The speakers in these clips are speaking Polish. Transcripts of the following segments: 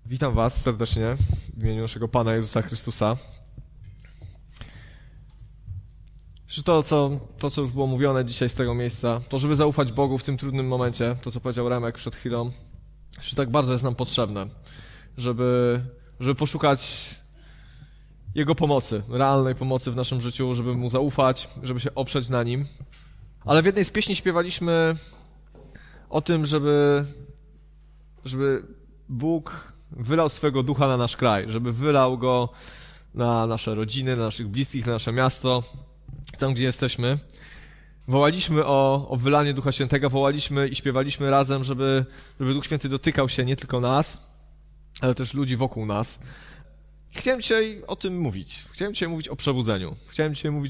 Witam Was serdecznie w imieniu naszego Pana Jezusa Chrystusa. To, co już było mówione dzisiaj z tego miejsca, to żeby zaufać Bogu w tym trudnym momencie, to co powiedział Remek przed chwilą, że tak bardzo jest nam potrzebne, żeby poszukać Jego pomocy, realnej pomocy w naszym życiu, żeby Mu zaufać, żeby się oprzeć na Nim. Ale w jednej z pieśni śpiewaliśmy o tym, żeby Bóg wylał swego ducha na nasz kraj, żeby wylał go na nasze rodziny, na naszych bliskich, na nasze miasto, tam gdzie jesteśmy. Wołaliśmy o wylanie Ducha Świętego, wołaliśmy i śpiewaliśmy razem, żeby Duch Święty dotykał się nie tylko nas, ale też ludzi wokół nas. Chciałem dzisiaj o tym mówić. Chciałem dzisiaj mówić o przebudzeniu. Chciałem dzisiaj mówić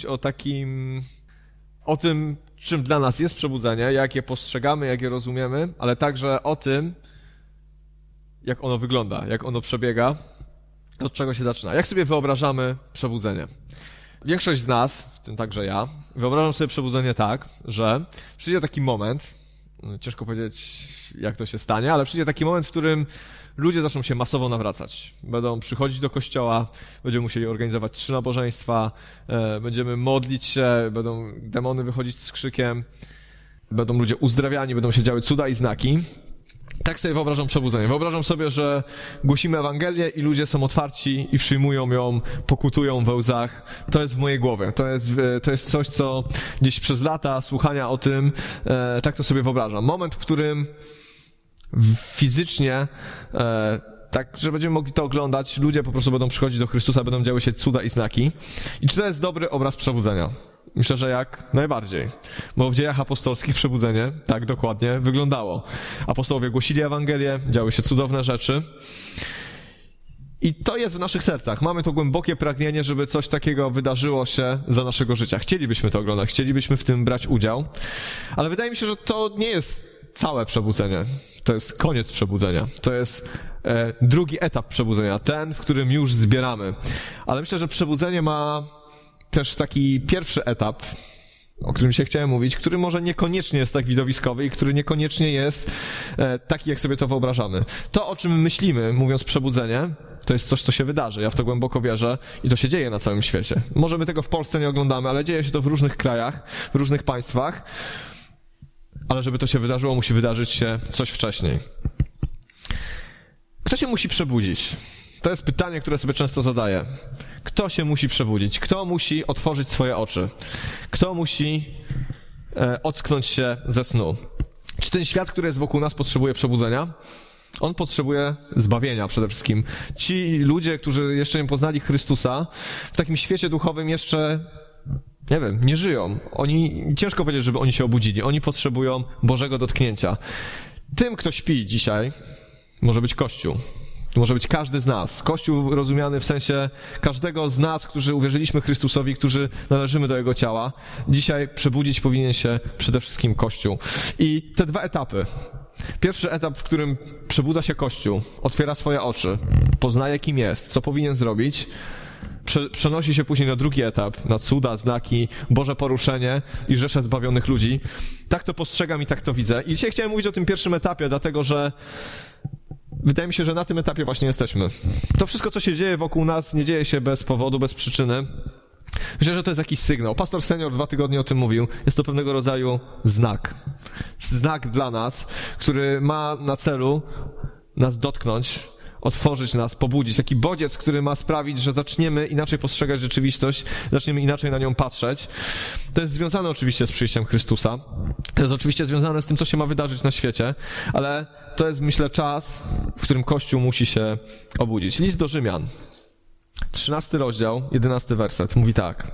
o tym, czym dla nas jest przebudzenie, jak je postrzegamy, jak je rozumiemy, ale także o tym, jak ono wygląda, jak ono przebiega, od czego się zaczyna. Jak sobie wyobrażamy przebudzenie? Większość z nas, w tym także ja, wyobrażam sobie przebudzenie tak, że przyjdzie taki moment, ciężko powiedzieć, jak to się stanie, ale przyjdzie taki moment, w którym ludzie zaczną się masowo nawracać. Będą przychodzić do kościoła, będziemy musieli organizować 3 nabożeństwa, będziemy modlić się, będą demony wychodzić z krzykiem, będą ludzie uzdrawiani, będą się działy cuda i znaki. Tak sobie wyobrażam przebudzenie. Wyobrażam sobie, że głosimy Ewangelię i ludzie są otwarci i przyjmują ją, pokutują we łzach. To jest w mojej głowie. To jest coś, co gdzieś przez lata słuchania o tym, tak to sobie wyobrażam. Moment, w którym fizycznie, tak, że będziemy mogli to oglądać, ludzie po prostu będą przychodzić do Chrystusa, będą działy się cuda i znaki. I czy to jest dobry obraz przebudzenia? Myślę, że jak najbardziej. Bo w dziejach apostolskich przebudzenie tak dokładnie wyglądało. Apostołowie głosili Ewangelię, działy się cudowne rzeczy. I to jest w naszych sercach. Mamy to głębokie pragnienie, żeby coś takiego wydarzyło się za naszego życia. Chcielibyśmy to oglądać, chcielibyśmy w tym brać udział. Ale wydaje mi się, że to nie jest całe przebudzenie. To jest koniec przebudzenia. To jest drugi etap przebudzenia. Ten, w którym już zbieramy. Ale myślę, że przebudzenie ma też taki pierwszy etap, o którym się chciałem mówić, który może niekoniecznie jest tak widowiskowy i który niekoniecznie jest taki, jak sobie to wyobrażamy. To, o czym myślimy, mówiąc przebudzenie, to jest coś, co się wydarzy. Ja w to głęboko wierzę i to się dzieje na całym świecie. Może my tego w Polsce nie oglądamy, ale dzieje się to w różnych krajach, w różnych państwach. Ale żeby to się wydarzyło, musi wydarzyć się coś wcześniej. Kto się musi przebudzić? To jest pytanie, które sobie często zadaję. Kto się musi przebudzić? Kto musi otworzyć swoje oczy? Kto musi ocknąć się ze snu? Czy ten świat, który jest wokół nas, potrzebuje przebudzenia? On potrzebuje zbawienia przede wszystkim. Ci ludzie, którzy jeszcze nie poznali Chrystusa, w takim świecie duchowym jeszcze, nie żyją. Ciężko powiedzieć, żeby oni się obudzili. Oni potrzebują Bożego dotknięcia. Tym, kto śpi dzisiaj, może być Kościół. To może być każdy z nas. Kościół rozumiany w sensie każdego z nas, którzy uwierzyliśmy Chrystusowi, którzy należymy do Jego ciała. Dzisiaj przebudzić powinien się przede wszystkim Kościół. I te 2 etapy. Pierwszy etap, w którym przebudza się Kościół, otwiera swoje oczy, poznaje, kim jest, co powinien zrobić, przenosi się później na drugi etap, na cuda, znaki, Boże poruszenie i rzesze zbawionych ludzi. Tak to postrzegam i tak to widzę. I dzisiaj chciałem mówić o tym pierwszym etapie, dlatego że wydaje mi się, że na tym etapie właśnie jesteśmy. To wszystko, co się dzieje wokół nas, nie dzieje się bez powodu, bez przyczyny. Myślę, że to jest jakiś sygnał. Pastor Senior 2 tygodnie o tym mówił. Jest to pewnego rodzaju znak. Znak dla nas, który ma na celu nas dotknąć, otworzyć nas, pobudzić. Taki bodziec, który ma sprawić, że zaczniemy inaczej postrzegać rzeczywistość, zaczniemy inaczej na nią patrzeć. To jest związane oczywiście z przyjściem Chrystusa. To jest oczywiście związane z tym, co się ma wydarzyć na świecie, ale to jest, myślę, czas, w którym Kościół musi się obudzić. List do Rzymian, 13 rozdział, 11 werset, mówi tak.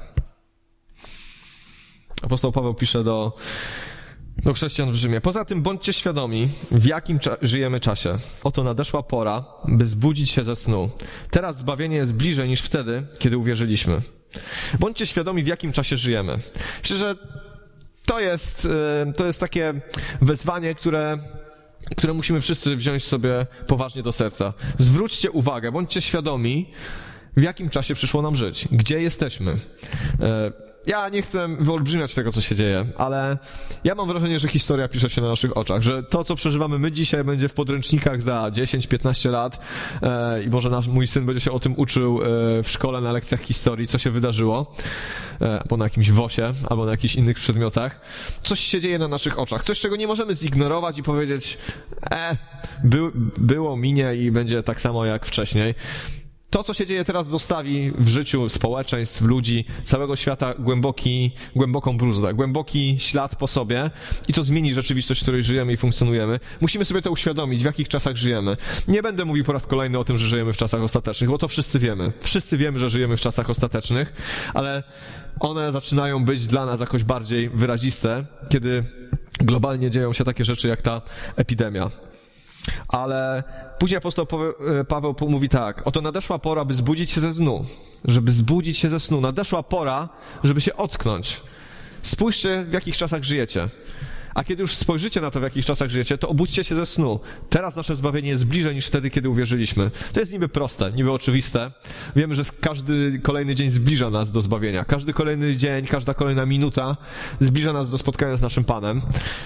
Apostoł Paweł pisze do chrześcijan w Rzymie. Poza tym bądźcie świadomi, w jakim żyjemy czasie. Oto nadeszła pora, by zbudzić się ze snu. Teraz zbawienie jest bliżej niż wtedy, kiedy uwierzyliśmy. Bądźcie świadomi, w jakim czasie żyjemy. Myślę, że to jest takie wezwanie, które musimy wszyscy wziąć sobie poważnie do serca. Zwróćcie uwagę, bądźcie świadomi, w jakim czasie przyszło nam żyć. Gdzie jesteśmy? Ja nie chcę wyolbrzymiać tego, co się dzieje, ale ja mam wrażenie, że historia pisze się na naszych oczach, że to, co przeżywamy my dzisiaj, będzie w podręcznikach za 10-15 lat i może mój syn będzie się o tym uczył w szkole na lekcjach historii, co się wydarzyło, albo na jakimś WOS-ie, albo na jakichś innych przedmiotach. Coś się dzieje na naszych oczach, coś, czego nie możemy zignorować i powiedzieć było, minie i będzie tak samo jak wcześniej. To, co się dzieje teraz, zostawi w życiu społeczeństw, ludzi, całego świata głęboką bruzdę, głęboki ślad po sobie i to zmieni rzeczywistość, w której żyjemy i funkcjonujemy. Musimy sobie to uświadomić, w jakich czasach żyjemy. Nie będę mówił po raz kolejny o tym, że żyjemy w czasach ostatecznych, bo to wszyscy wiemy. Wszyscy wiemy, że żyjemy w czasach ostatecznych, ale one zaczynają być dla nas jakoś bardziej wyraziste, kiedy globalnie dzieją się takie rzeczy jak ta epidemia. Ale później apostoł Paweł mówi tak: oto nadeszła pora, by zbudzić się ze snu. Żeby zbudzić się ze snu. Nadeszła pora, żeby się ocknąć. Spójrzcie, w jakich czasach żyjecie. A kiedy już spojrzycie na to, w jakich czasach żyjecie, to obudźcie się ze snu. Teraz nasze zbawienie jest bliżej niż wtedy, kiedy uwierzyliśmy. To jest niby proste, niby oczywiste. Wiemy, że każdy kolejny dzień zbliża nas do zbawienia. Każdy kolejny dzień, każda kolejna minuta zbliża nas do spotkania z naszym Panem.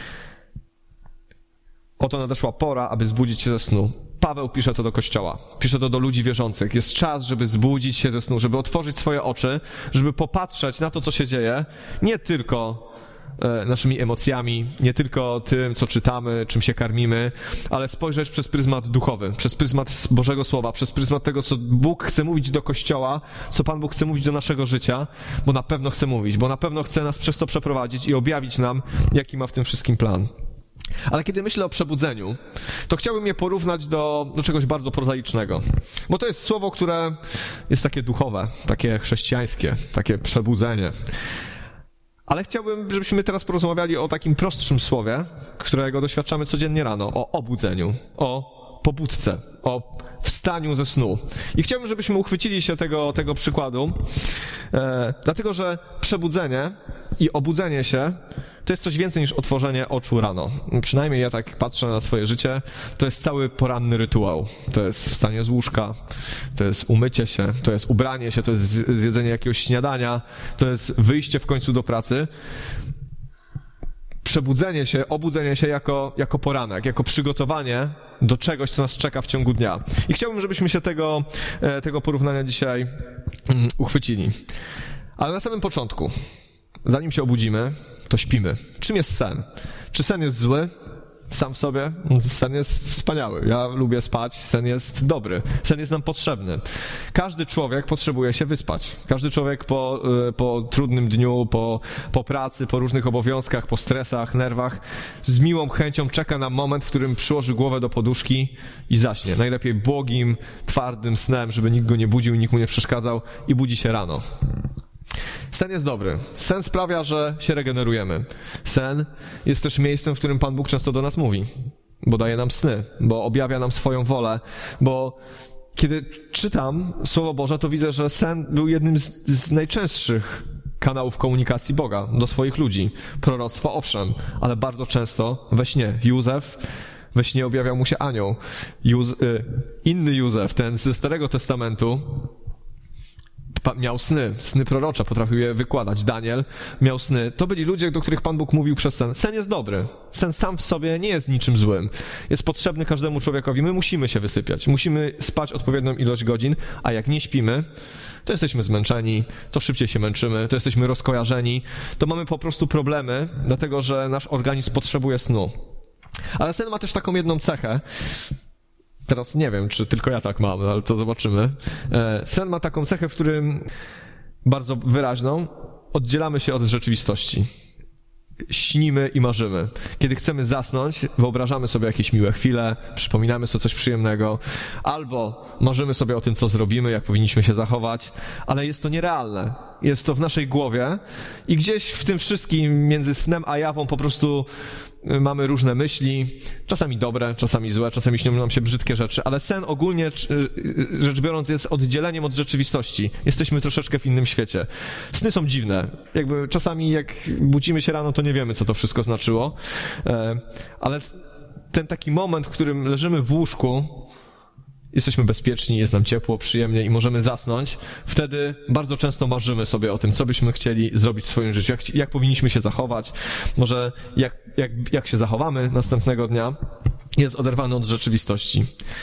Oto nadeszła pora, aby zbudzić się ze snu. Paweł pisze to do Kościoła, pisze to do ludzi wierzących. Jest czas, żeby zbudzić się ze snu, żeby otworzyć swoje oczy, żeby popatrzeć na to, co się dzieje, nie tylko naszymi emocjami, nie tylko tym, co czytamy, czym się karmimy, ale spojrzeć przez pryzmat duchowy, przez pryzmat Bożego Słowa, przez pryzmat tego, co Bóg chce mówić do Kościoła, co Pan Bóg chce mówić do naszego życia, bo na pewno chce mówić, bo na pewno chce nas przez to przeprowadzić i objawić nam, jaki ma w tym wszystkim plan. Ale kiedy myślę o przebudzeniu, to chciałbym je porównać do czegoś bardzo prozaicznego. Bo to jest słowo, które jest takie duchowe, takie chrześcijańskie, takie przebudzenie. Ale chciałbym, żebyśmy teraz porozmawiali o takim prostszym słowie, którego doświadczamy codziennie rano, o obudzeniu, o pobudce, o wstaniu ze snu. I chciałbym, żebyśmy uchwycili się tego przykładu, dlatego że przebudzenie i obudzenie się to jest coś więcej niż otworzenie oczu rano. Przynajmniej ja tak patrzę na swoje życie, to jest cały poranny rytuał. To jest wstanie z łóżka, to jest umycie się, to jest ubranie się, to jest zjedzenie jakiegoś śniadania, to jest wyjście w końcu do pracy. Przebudzenie się, obudzenie się jako poranek, jako przygotowanie do czegoś, co nas czeka w ciągu dnia. I chciałbym, żebyśmy się tego porównania dzisiaj uchwycili. Ale na samym początku, zanim się obudzimy, to śpimy. Czym jest sen? Czy sen jest zły? Sam w sobie? Sen jest wspaniały. Ja lubię spać, sen jest dobry. Sen jest nam potrzebny. Każdy człowiek potrzebuje się wyspać. Każdy człowiek po trudnym dniu, po pracy, po różnych obowiązkach, po stresach, nerwach, z miłą chęcią czeka na moment, w którym przyłoży głowę do poduszki i zaśnie. Najlepiej błogim, twardym snem, żeby nikt go nie budził, nikt mu nie przeszkadzał i budzi się rano. Sen jest dobry. Sen sprawia, że się regenerujemy. Sen jest też miejscem, w którym Pan Bóg często do nas mówi, bo daje nam sny, bo objawia nam swoją wolę, bo kiedy czytam Słowo Boże, to widzę, że sen był jednym z najczęstszych kanałów komunikacji Boga do swoich ludzi. Proroctwo owszem, ale bardzo często we śnie. Józef, we śnie objawiał mu się anioł. Inny Józef, ten ze Starego Testamentu, miał sny prorocze, potrafił je wykładać. Daniel miał sny. To byli ludzie, do których Pan Bóg mówił przez sen. Sen jest dobry. Sen sam w sobie nie jest niczym złym. Jest potrzebny każdemu człowiekowi. My musimy się wysypiać. Musimy spać odpowiednią ilość godzin, a jak nie śpimy, to jesteśmy zmęczeni, to szybciej się męczymy, to jesteśmy rozkojarzeni, to mamy po prostu problemy, dlatego że nasz organizm potrzebuje snu. Ale sen ma też taką jedną cechę. Teraz nie wiem, czy tylko ja tak mam, ale to zobaczymy. Sen ma taką cechę, w którym bardzo wyraźną oddzielamy się od rzeczywistości. Śnimy i marzymy. Kiedy chcemy zasnąć, wyobrażamy sobie jakieś miłe chwile, przypominamy sobie coś przyjemnego, albo marzymy sobie o tym, co zrobimy, jak powinniśmy się zachować, ale jest to nierealne. Jest to w naszej głowie i gdzieś w tym wszystkim między snem a jawą po prostu mamy różne myśli, czasami dobre, czasami złe, czasami śnią nam się brzydkie rzeczy, ale sen ogólnie rzecz biorąc jest oddzieleniem od rzeczywistości. Jesteśmy troszeczkę w innym świecie. Sny są dziwne. Jakby czasami jak budzimy się rano, to nie wiemy, co to wszystko znaczyło, ale ten taki moment, w którym leżymy w łóżku, jesteśmy bezpieczni, jest nam ciepło, przyjemnie i możemy zasnąć, wtedy bardzo często marzymy sobie o tym, co byśmy chcieli zrobić w swoim życiu, jak powinniśmy się zachować, może jak się zachowamy następnego dnia, jest oderwany od rzeczywistości.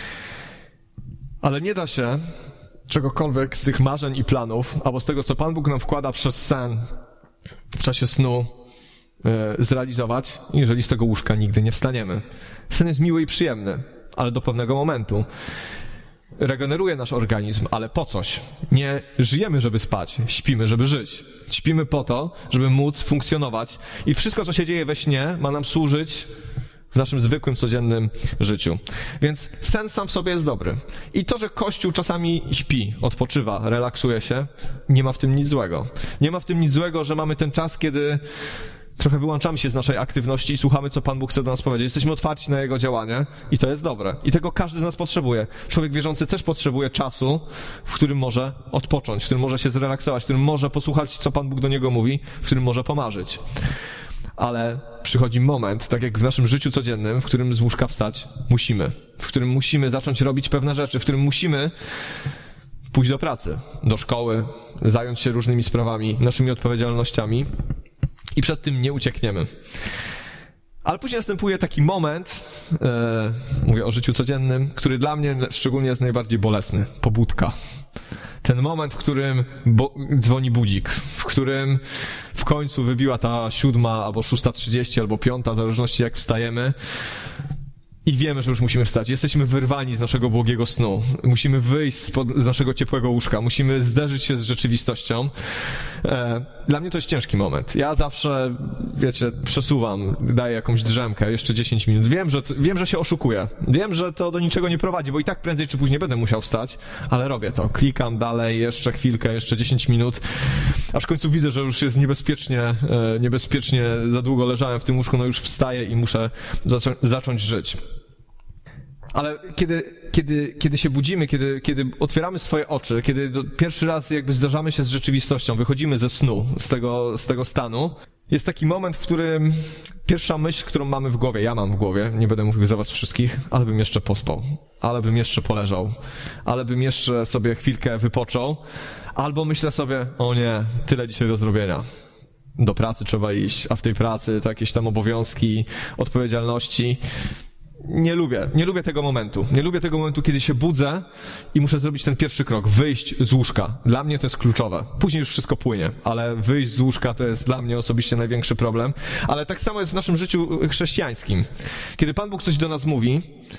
Ale nie da się czegokolwiek z tych marzeń i planów, albo z tego, co Pan Bóg nam wkłada przez sen w czasie snu, zrealizować, jeżeli z tego łóżka nigdy nie wstaniemy. Sen jest miły i przyjemny, ale do pewnego momentu. Regeneruje nasz organizm, ale po coś. Nie żyjemy, żeby spać, śpimy, żeby żyć. Śpimy po to, żeby móc funkcjonować i wszystko, co się dzieje we śnie, ma nam służyć w naszym zwykłym, codziennym życiu. Więc sen sam w sobie jest dobry. I to, że Kościół czasami śpi, odpoczywa, relaksuje się, nie ma w tym nic złego. Nie ma w tym nic złego, że mamy ten czas, kiedy trochę wyłączamy się z naszej aktywności i słuchamy, co Pan Bóg chce do nas powiedzieć. Jesteśmy otwarci na Jego działanie i to jest dobre. I tego każdy z nas potrzebuje. Człowiek wierzący też potrzebuje czasu, w którym może odpocząć, w którym może się zrelaksować, w którym może posłuchać, co Pan Bóg do niego mówi, w którym może pomarzyć. Ale przychodzi moment, tak jak w naszym życiu codziennym, w którym z łóżka wstać musimy. W którym musimy zacząć robić pewne rzeczy, w którym musimy pójść do pracy, do szkoły, zająć się różnymi sprawami, naszymi odpowiedzialnościami i przed tym nie uciekniemy. Ale później następuje taki moment, mówię o życiu codziennym, który dla mnie szczególnie jest najbardziej bolesny. Pobudka. Ten moment, w którym dzwoni budzik, w którym w końcu wybiła ta 7 albo 6:30 albo 5, w zależności jak wstajemy. I wiemy, że już musimy wstać. Jesteśmy wyrwani z naszego błogiego snu. Musimy wyjść z naszego ciepłego łóżka. Musimy zderzyć się z rzeczywistością. Dla mnie to jest ciężki moment. Ja zawsze, wiecie, przesuwam, daję jakąś drzemkę, jeszcze 10 minut. Wiem, że się oszukuję. Wiem, że to do niczego nie prowadzi, bo i tak prędzej czy później będę musiał wstać, ale robię to. Klikam dalej, jeszcze chwilkę, jeszcze 10 minut, aż w końcu widzę, że już jest niebezpiecznie za długo leżałem w tym łóżku, no już wstaję i muszę zacząć żyć. Ale kiedy się budzimy, kiedy otwieramy swoje oczy, kiedy pierwszy raz jakby zdarzamy się z rzeczywistością, wychodzimy ze snu, z tego stanu, jest taki moment, w którym pierwsza myśl, którą mamy w głowie, ja mam w głowie, nie będę mówił za was wszystkich, ale bym jeszcze pospał, ale bym jeszcze poleżał, ale bym jeszcze sobie chwilkę wypoczął, albo myślę sobie, o nie, tyle dzisiaj do zrobienia. Do pracy trzeba iść, a w tej pracy to jakieś tam obowiązki, odpowiedzialności. Nie lubię tego momentu. Nie lubię tego momentu, kiedy się budzę i muszę zrobić ten pierwszy krok, wyjść z łóżka. Dla mnie to jest kluczowe. Później już wszystko płynie, ale wyjść z łóżka to jest dla mnie osobiście największy problem. Ale tak samo jest w naszym życiu chrześcijańskim. Kiedy Pan Bóg coś do nas mówi,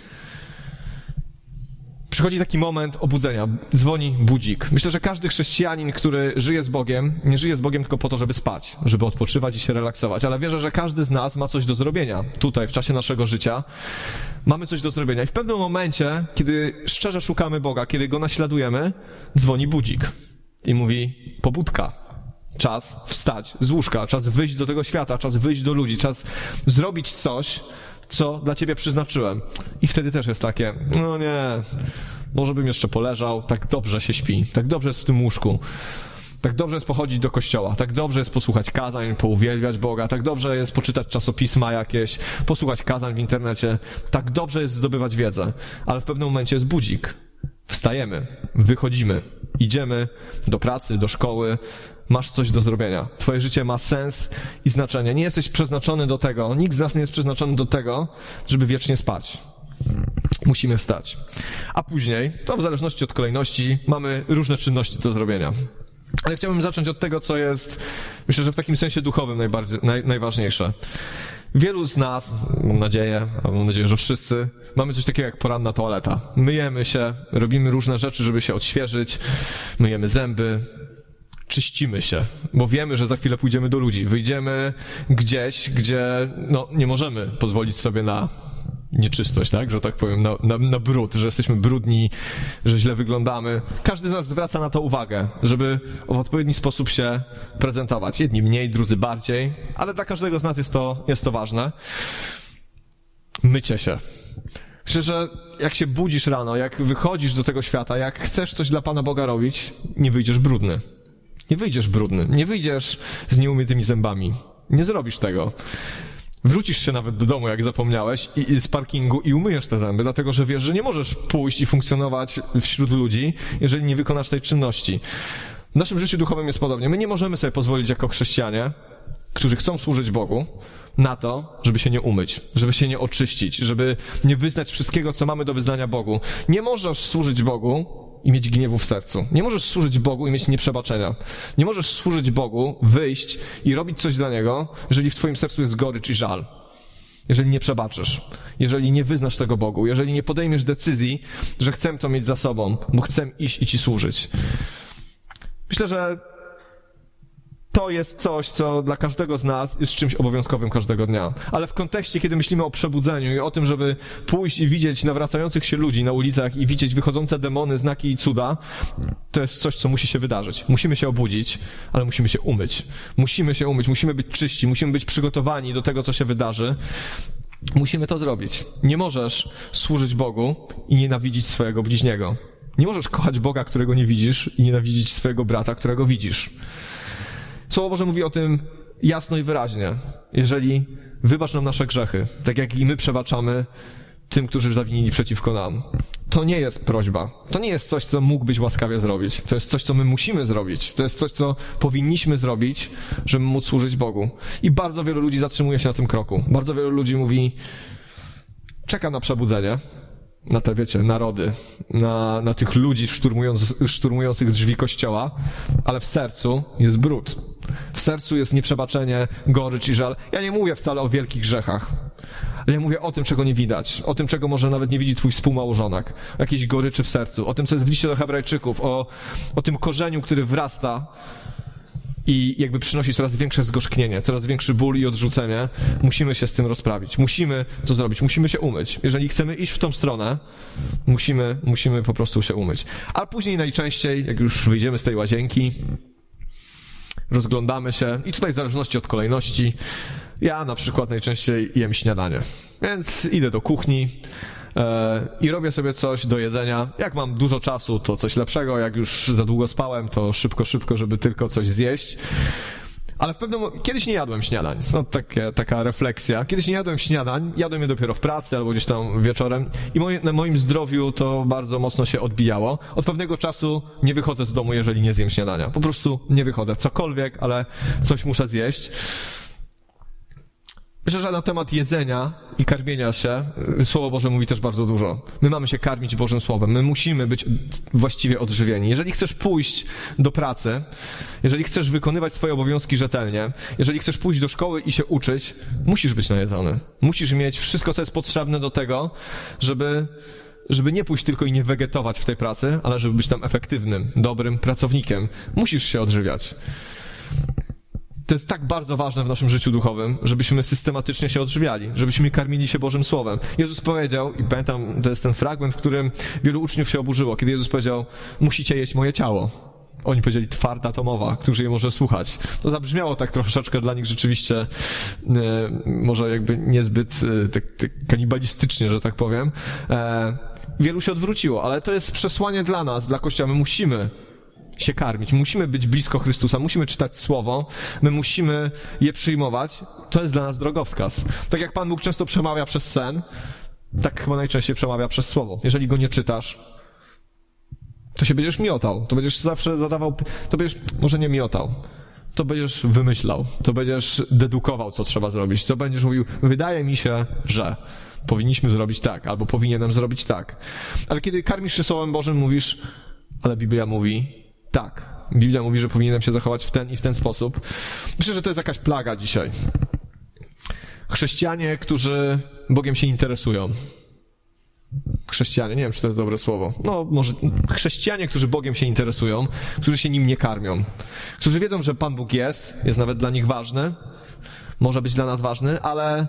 przychodzi taki moment obudzenia, dzwoni budzik. Myślę, że każdy chrześcijanin, który żyje z Bogiem, nie żyje z Bogiem tylko po to, żeby spać, żeby odpoczywać i się relaksować, ale wierzę, że każdy z nas ma coś do zrobienia. Tutaj, w czasie naszego życia, mamy coś do zrobienia. I w pewnym momencie, kiedy szczerze szukamy Boga, kiedy Go naśladujemy, dzwoni budzik i mówi, pobudka. Czas wstać z łóżka, czas wyjść do tego świata, czas wyjść do ludzi, czas zrobić coś, co dla ciebie przeznaczyłem. I wtedy też jest takie, no nie, może bym jeszcze poleżał, tak dobrze się śpi, tak dobrze jest w tym łóżku, tak dobrze jest pochodzić do kościoła, tak dobrze jest posłuchać kazań, pouwielbiać Boga, tak dobrze jest poczytać czasopisma jakieś, posłuchać kazań w internecie, tak dobrze jest zdobywać wiedzę, ale w pewnym momencie jest budzik. Wstajemy, wychodzimy, idziemy do pracy, do szkoły, masz coś do zrobienia. Twoje życie ma sens i znaczenie. Nie jesteś przeznaczony do tego, nikt z nas nie jest przeznaczony do tego, żeby wiecznie spać. Musimy wstać. A później, to w zależności od kolejności, mamy różne czynności do zrobienia. Ale chciałbym zacząć od tego, co jest, myślę, że w takim sensie duchowym najważniejsze. Wielu z nas, mam nadzieję, że wszyscy, mamy coś takiego jak poranna toaleta. Myjemy się, robimy różne rzeczy, żeby się odświeżyć, myjemy zęby, czyścimy się, bo wiemy, że za chwilę pójdziemy do ludzi. Wyjdziemy gdzieś, gdzie nie możemy pozwolić sobie na nieczystość, tak? Że tak powiem, na brud, że jesteśmy brudni, że źle wyglądamy. Każdy z nas zwraca na to uwagę, żeby w odpowiedni sposób się prezentować. Jedni mniej, drudzy bardziej, ale dla każdego z nas jest to ważne. Mycie się. Myślę, że jak się budzisz rano, jak wychodzisz do tego świata, jak chcesz coś dla Pana Boga robić, nie wyjdziesz brudny. Nie wyjdziesz brudny, nie wyjdziesz z nieumytymi zębami. Nie zrobisz tego. Wrócisz się nawet do domu, jak zapomniałeś, i z parkingu i umyjesz te zęby, dlatego że wiesz, że nie możesz pójść i funkcjonować wśród ludzi, jeżeli nie wykonasz tej czynności. W naszym życiu duchowym jest podobnie. My nie możemy sobie pozwolić jako chrześcijanie, którzy chcą służyć Bogu, na to, żeby się nie umyć, żeby się nie oczyścić, żeby nie wyznać wszystkiego, co mamy do wyznania Bogu. Nie możesz służyć Bogu i mieć gniewu w sercu. Nie możesz służyć Bogu i mieć nieprzebaczenia. Nie możesz służyć Bogu, wyjść i robić coś dla Niego, jeżeli w twoim sercu jest gorycz i żal. Jeżeli nie przebaczysz, jeżeli nie wyznasz tego Bogu, jeżeli nie podejmiesz decyzji, że chcę to mieć za sobą, bo chcę iść i Ci służyć. Myślę, że to jest coś, co dla każdego z nas jest czymś obowiązkowym każdego dnia. Ale w kontekście, kiedy myślimy o przebudzeniu i o tym, żeby pójść i widzieć nawracających się ludzi na ulicach i widzieć wychodzące demony, znaki i cuda, to jest coś, co musi się wydarzyć. Musimy się obudzić, ale musimy się umyć. Musimy się umyć, musimy być czyści, musimy być przygotowani do tego, co się wydarzy. Musimy to zrobić. Nie możesz służyć Bogu i nienawidzić swojego bliźniego. Nie możesz kochać Boga, którego nie widzisz, i nienawidzić swojego brata, którego widzisz. Słowo Boże mówi o tym jasno i wyraźnie. Jeżeli wybacz nam nasze grzechy, tak jak i my przebaczamy tym, którzy zawinili przeciwko nam. To nie jest prośba. To nie jest coś, co mógłbyś łaskawie zrobić. To jest coś, co my musimy zrobić. To jest coś, co powinniśmy zrobić, żeby móc służyć Bogu. I bardzo wielu ludzi zatrzymuje się na tym kroku. Bardzo wielu ludzi mówi, czekam na przebudzenie. Na te, wiecie, narody, na tych ludzi szturmujących drzwi kościoła, ale w sercu jest brud. W sercu jest nieprzebaczenie, gorycz i żal. Ja nie mówię wcale o wielkich grzechach. Ja mówię o tym, czego nie widać. O tym, czego może nawet nie widzi twój współmałżonek. O jakiejś goryczy w sercu. O tym, co jest w liście do Hebrajczyków. O tym korzeniu, który wrasta i jakby przynosi coraz większe zgorzknienie, coraz większy ból i odrzucenie. Musimy się z tym rozprawić. Musimy to zrobić. Musimy się umyć. Jeżeli chcemy iść w tą stronę, musimy po prostu się umyć. A później najczęściej, jak już wyjdziemy z tej łazienki, rozglądamy się i tutaj w zależności od kolejności, ja na przykład najczęściej jem śniadanie. Więc idę do kuchni i robię sobie coś do jedzenia. Jak mam dużo czasu, to coś lepszego. Jak już za długo spałem, to szybko, żeby tylko coś zjeść. Ale kiedyś nie jadłem śniadań. No taka refleksja. Kiedyś nie jadłem śniadań, jadłem je dopiero w pracy albo gdzieś tam wieczorem i na moim zdrowiu to bardzo mocno się odbijało. Od pewnego czasu nie wychodzę z domu, jeżeli nie zjem śniadania. Po prostu nie wychodzę. Cokolwiek, ale coś muszę zjeść. Myślę, że na temat jedzenia i karmienia się Słowo Boże mówi też bardzo dużo. My mamy się karmić Bożym Słowem. My musimy być właściwie odżywieni. Jeżeli chcesz pójść do pracy, jeżeli chcesz wykonywać swoje obowiązki rzetelnie, jeżeli chcesz pójść do szkoły i się uczyć, musisz być najedzony. Musisz mieć wszystko, co jest potrzebne do tego, żeby nie pójść tylko i nie wegetować w tej pracy, ale żeby być tam efektywnym, dobrym pracownikiem. Musisz się odżywiać. To jest tak bardzo ważne w naszym życiu duchowym, żebyśmy systematycznie się odżywiali, żebyśmy karmili się Bożym Słowem. Jezus powiedział, i pamiętam, to jest ten fragment, w którym wielu uczniów się oburzyło, kiedy Jezus powiedział, musicie jeść moje ciało. Oni powiedzieli, twarda to mowa, którzy je może słuchać. To zabrzmiało tak troszeczkę dla nich rzeczywiście, może jakby niezbyt tak kanibalistycznie, że tak powiem. Wielu się odwróciło, ale to jest przesłanie dla nas, dla Kościoła. My musimy się karmić, musimy być blisko Chrystusa, musimy czytać Słowo, my musimy je przyjmować. To jest dla nas drogowskaz. Tak jak Pan Bóg często przemawia przez sen, tak chyba najczęściej przemawia przez Słowo. Jeżeli go nie czytasz, to się będziesz miotał, to będziesz zawsze zadawał, to będziesz, może nie miotał, to będziesz wymyślał, to będziesz dedukował, co trzeba zrobić, to będziesz mówił, wydaje mi się, że powinniśmy zrobić tak, albo powinienem zrobić tak. Ale kiedy karmisz się Słowem Bożym, mówisz, ale Biblia mówi tak. Biblia mówi, że powinienem się zachować w ten i w ten sposób. Myślę, że to jest jakaś plaga dzisiaj. Chrześcijanie, którzy Bogiem się interesują. Chrześcijanie, nie wiem, czy to jest dobre słowo. No, może chrześcijanie, którzy Bogiem się interesują, którzy się Nim nie karmią. Którzy wiedzą, że Pan Bóg jest nawet dla nich ważny, może być dla nas ważny, ale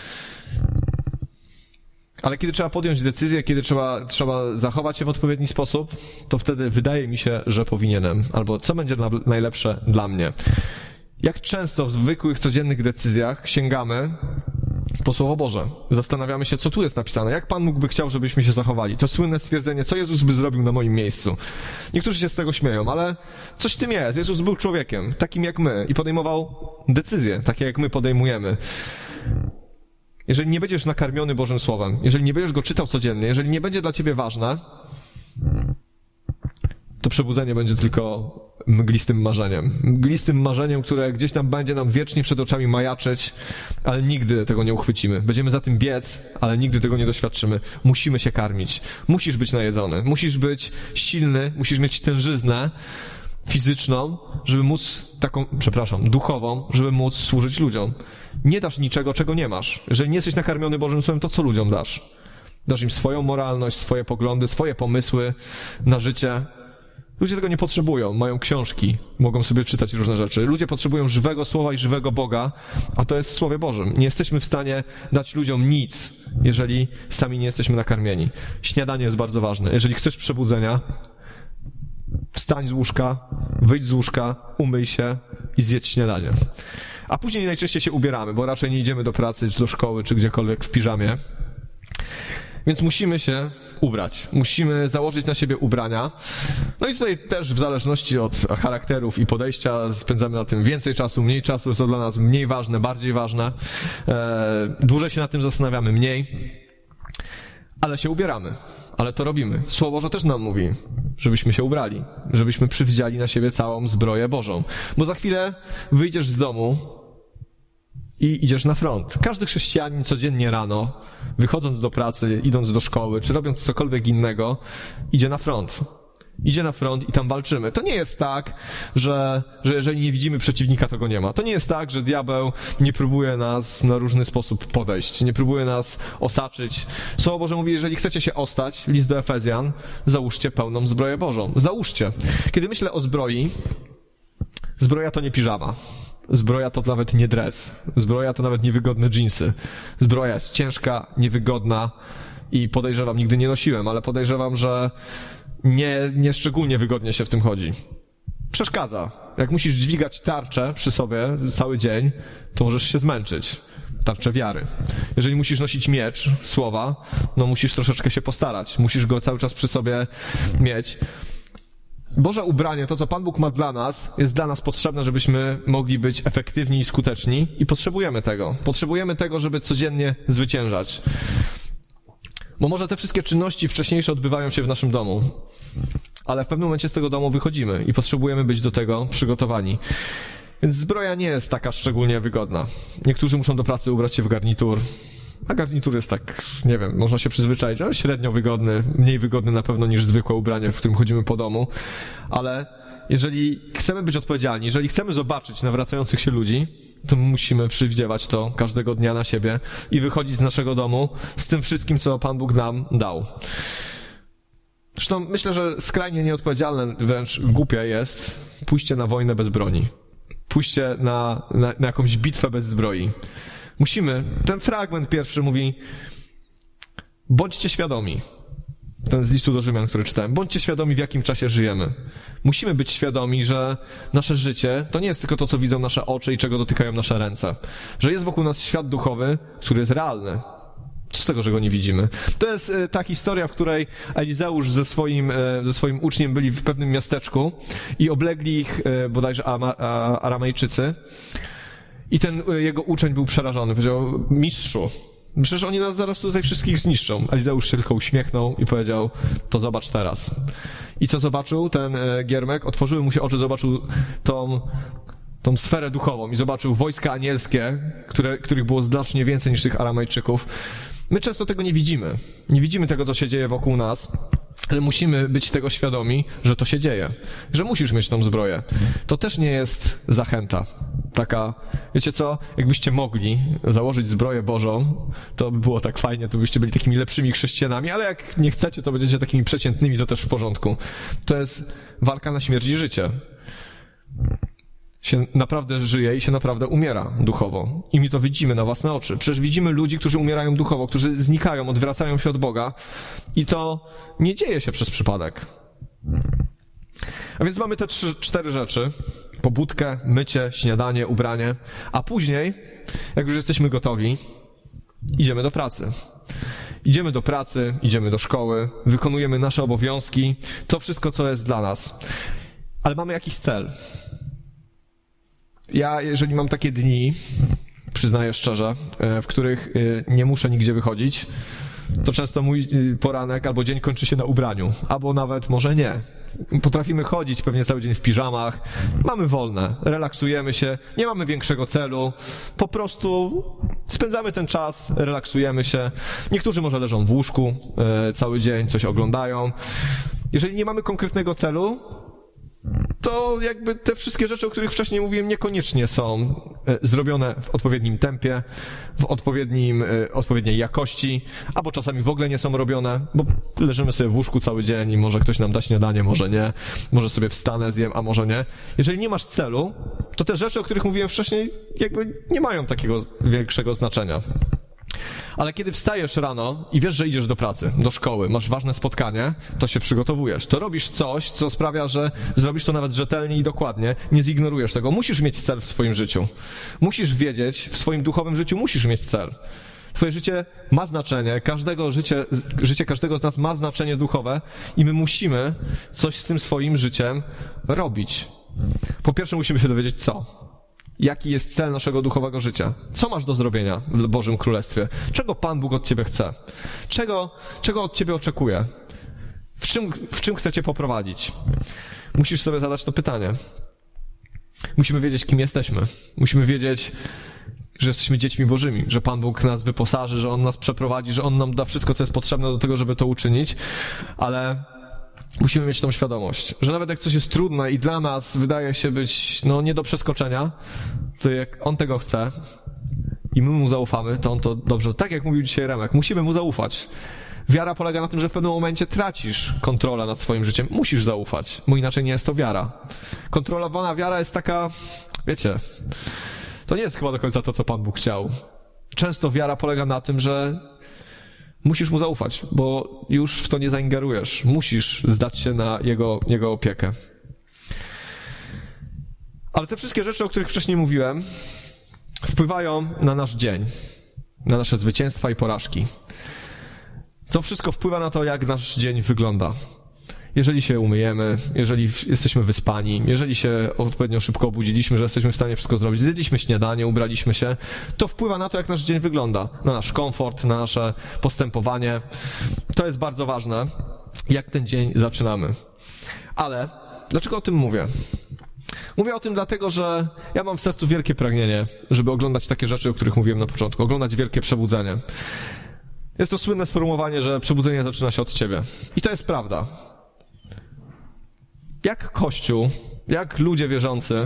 kiedy trzeba podjąć decyzję, kiedy trzeba zachować się w odpowiedni sposób, to wtedy wydaje mi się, że powinienem. Albo co będzie najlepsze dla mnie. Jak często w zwykłych, codziennych decyzjach sięgamy po Słowo Boże. Zastanawiamy się, co tu jest napisane. Jak Pan Bóg by chciał, żebyśmy się zachowali. To słynne stwierdzenie, co Jezus by zrobił na moim miejscu. Niektórzy się z tego śmieją, ale coś w tym jest. Jezus był człowiekiem, takim jak my i podejmował decyzje, takie jak my podejmujemy. jeżeli nie będziesz nakarmiony Bożym Słowem, jeżeli nie będziesz go czytał codziennie, jeżeli nie będzie dla ciebie ważne, to przebudzenie będzie tylko mglistym marzeniem. Mglistym marzeniem, które gdzieś tam będzie nam wiecznie przed oczami majaczyć, ale nigdy tego nie uchwycimy. Będziemy za tym biec, ale nigdy tego nie doświadczymy. Musimy się karmić. Musisz być najedzony. Musisz być silny, musisz mieć tężyznę fizyczną, żeby móc duchową, żeby móc służyć ludziom. Nie dasz niczego, czego nie masz. Jeżeli nie jesteś nakarmiony Bożym Słowem, to co ludziom dasz? Dasz im swoją moralność, swoje poglądy, swoje pomysły na życie. Ludzie tego nie potrzebują, mają książki, mogą sobie czytać różne rzeczy. Ludzie potrzebują żywego słowa i żywego Boga, a to jest w Słowie Bożym. Nie jesteśmy w stanie dać ludziom nic, jeżeli sami nie jesteśmy nakarmieni. Śniadanie jest bardzo ważne. Jeżeli chcesz przebudzenia, wstań z łóżka, wyjdź z łóżka, umyj się i zjedz śniadanie. A później najczęściej się ubieramy, bo raczej nie idziemy do pracy, czy do szkoły, czy gdziekolwiek w piżamie. Więc musimy się ubrać. Musimy założyć na siebie ubrania. No i tutaj też w zależności od charakterów i podejścia spędzamy na tym więcej czasu, mniej czasu. Jest to dla nas mniej ważne, bardziej ważne. Dłużej się nad tym zastanawiamy, mniej. Ale się ubieramy. Ale to robimy. Słowo Boże też nam mówi, żebyśmy się ubrali. Żebyśmy przywdziali na siebie całą zbroję Bożą. Bo za chwilę wyjdziesz z domu i idziesz na front. Każdy chrześcijanin codziennie rano, wychodząc do pracy, idąc do szkoły, czy robiąc cokolwiek innego, idzie na front. Idzie na front i tam walczymy. To nie jest tak, że jeżeli nie widzimy przeciwnika, to go nie ma. To nie jest tak, że diabeł nie próbuje nas na różny sposób podejść, nie próbuje nas osaczyć. Słowo Boże mówi, jeżeli chcecie się ostać, list do Efezjan, załóżcie pełną zbroję Bożą. Załóżcie. Kiedy myślę o zbroi, zbroja to nie piżama. Zbroja to nawet nie dres. Zbroja to nawet niewygodne dżinsy. Zbroja jest ciężka, niewygodna i podejrzewam, nigdy nie nosiłem, ale podejrzewam, że nie szczególnie wygodnie się w tym chodzi. Przeszkadza. Jak musisz dźwigać tarczę przy sobie cały dzień, to możesz się zmęczyć. Tarczę wiary. Jeżeli musisz nosić miecz słowa, no musisz troszeczkę się postarać. Musisz go cały czas przy sobie mieć. Boże ubranie, to co Pan Bóg ma dla nas, jest dla nas potrzebne, żebyśmy mogli być efektywni i skuteczni i potrzebujemy tego. Potrzebujemy tego, żeby codziennie zwyciężać. Bo może te wszystkie czynności wcześniejsze odbywają się w naszym domu, ale w pewnym momencie z tego domu wychodzimy i potrzebujemy być do tego przygotowani. Więc zbroja nie jest taka szczególnie wygodna. Niektórzy muszą do pracy ubrać się w garnitur, a garnitur jest tak, nie wiem, można się przyzwyczaić, ale średnio wygodny, mniej wygodny na pewno niż zwykłe ubranie, w którym chodzimy po domu, ale jeżeli chcemy być odpowiedzialni, jeżeli chcemy zobaczyć nawracających się ludzi, to musimy przywdziewać to każdego dnia na siebie i wychodzić z naszego domu z tym wszystkim, co Pan Bóg nam dał. Zresztą myślę, że skrajnie nieodpowiedzialne, wręcz głupie jest pójście na wojnę bez broni. Pójście na jakąś bitwę bez zbroi. Musimy, ten fragment pierwszy mówi, bądźcie świadomi. Ten z listu do Rzymian, który czytałem. Bądźcie świadomi, w jakim czasie żyjemy. Musimy być świadomi, że nasze życie to nie jest tylko to, co widzą nasze oczy i czego dotykają nasze ręce. Że jest wokół nas świat duchowy, który jest realny. Co z tego, że go nie widzimy? To jest ta historia, w której Elizeusz ze swoim uczniem byli w pewnym miasteczku i oblegli ich bodajże Aramejczycy. I ten jego uczeń był przerażony. Powiedział, mistrzu, przecież oni nas zaraz tutaj wszystkich zniszczą. Elizeusz się tylko uśmiechnął i powiedział, to zobacz teraz. I co zobaczył ten giermek? Otworzyły mu się oczy, zobaczył tą sferę duchową i zobaczył wojska anielskie, których było znacznie więcej niż tych Aramejczyków. My często tego nie widzimy. Nie widzimy tego, co się dzieje wokół nas, ale musimy być tego świadomi, że to się dzieje. Że musisz mieć tą zbroję. To też nie jest zachęta. Taka, wiecie co, jakbyście mogli założyć zbroję Bożą, to by było tak fajnie, to byście byli takimi lepszymi chrześcijanami, ale jak nie chcecie, to będziecie takimi przeciętnymi, to też w porządku. To jest walka na śmierć i życie. Się naprawdę żyje i się naprawdę umiera duchowo. I my to widzimy na własne oczy. Przecież widzimy ludzi, którzy umierają duchowo, którzy znikają, odwracają się od Boga i to nie dzieje się przez przypadek. A więc mamy te 4 rzeczy. Pobudkę, mycie, śniadanie, ubranie. A później, jak już jesteśmy gotowi, idziemy do pracy. Idziemy do pracy, idziemy do szkoły, wykonujemy nasze obowiązki, to wszystko, co jest dla nas. Ale mamy jakiś cel. Ja, jeżeli mam takie dni, przyznaję szczerze, w których nie muszę nigdzie wychodzić, to często mój poranek albo dzień kończy się na ubraniu, albo nawet może nie. Potrafimy chodzić pewnie cały dzień w piżamach, mamy wolne, relaksujemy się, nie mamy większego celu, po prostu spędzamy ten czas, relaksujemy się. Niektórzy może leżą w łóżku cały dzień, coś oglądają. Jeżeli nie mamy konkretnego celu, to jakby te wszystkie rzeczy, o których wcześniej mówiłem, niekoniecznie są zrobione w odpowiednim tempie, w odpowiedniej jakości, albo czasami w ogóle nie są robione, bo leżymy sobie w łóżku cały dzień i może ktoś nam da śniadanie, może nie, może sobie wstanę, zjem, a może nie. Jeżeli nie masz celu, to te rzeczy, o których mówiłem wcześniej, jakby nie mają takiego większego znaczenia. Ale kiedy wstajesz rano i wiesz, że idziesz do pracy, do szkoły, masz ważne spotkanie, to się przygotowujesz. To robisz coś, co sprawia, że zrobisz to nawet rzetelnie i dokładnie, nie zignorujesz tego. Musisz mieć cel w swoim życiu. Musisz wiedzieć, w swoim duchowym życiu musisz mieć cel. Twoje życie ma znaczenie, życie każdego z nas ma znaczenie duchowe i my musimy coś z tym swoim życiem robić. Po pierwsze musimy się dowiedzieć co. Jaki jest cel naszego duchowego życia? Co masz do zrobienia w Bożym Królestwie? Czego Pan Bóg od ciebie chce? Czego od ciebie oczekuje? W czym chce cię poprowadzić? Musisz sobie zadać to pytanie. Musimy wiedzieć, kim jesteśmy. Musimy wiedzieć, że jesteśmy dziećmi Bożymi, że Pan Bóg nas wyposaży, że On nas przeprowadzi, że On nam da wszystko, co jest potrzebne do tego, żeby to uczynić, ale musimy mieć tą świadomość, że nawet jak coś jest trudne i dla nas wydaje się być nie do przeskoczenia, to jak On tego chce i my Mu zaufamy, to On to dobrze, tak jak mówił dzisiaj Remek, musimy Mu zaufać. Wiara polega na tym, że w pewnym momencie tracisz kontrolę nad swoim życiem. Musisz zaufać, bo inaczej nie jest to wiara. Kontrolowana wiara jest taka, wiecie, to nie jest chyba do końca to, co Pan Bóg chciał. Często wiara polega na tym, że musisz Mu zaufać, bo już w to nie zaingerujesz. Musisz zdać się na Jego opiekę. Ale te wszystkie rzeczy, o których wcześniej mówiłem, wpływają na nasz dzień, na nasze zwycięstwa i porażki. To wszystko wpływa na to, jak nasz dzień wygląda. Jeżeli się umyjemy, jeżeli jesteśmy wyspani, jeżeli się odpowiednio szybko obudziliśmy, że jesteśmy w stanie wszystko zrobić, zjedliśmy śniadanie, ubraliśmy się, to wpływa na to, jak nasz dzień wygląda, na nasz komfort, na nasze postępowanie. To jest bardzo ważne, jak ten dzień zaczynamy. Ale dlaczego o tym mówię? Mówię o tym dlatego, że ja mam w sercu wielkie pragnienie, żeby oglądać takie rzeczy, o których mówiłem na początku, oglądać wielkie przebudzenie. Jest to słynne sformułowanie, że przebudzenie zaczyna się od ciebie. I to jest prawda. Jak Kościół, jak ludzie wierzący,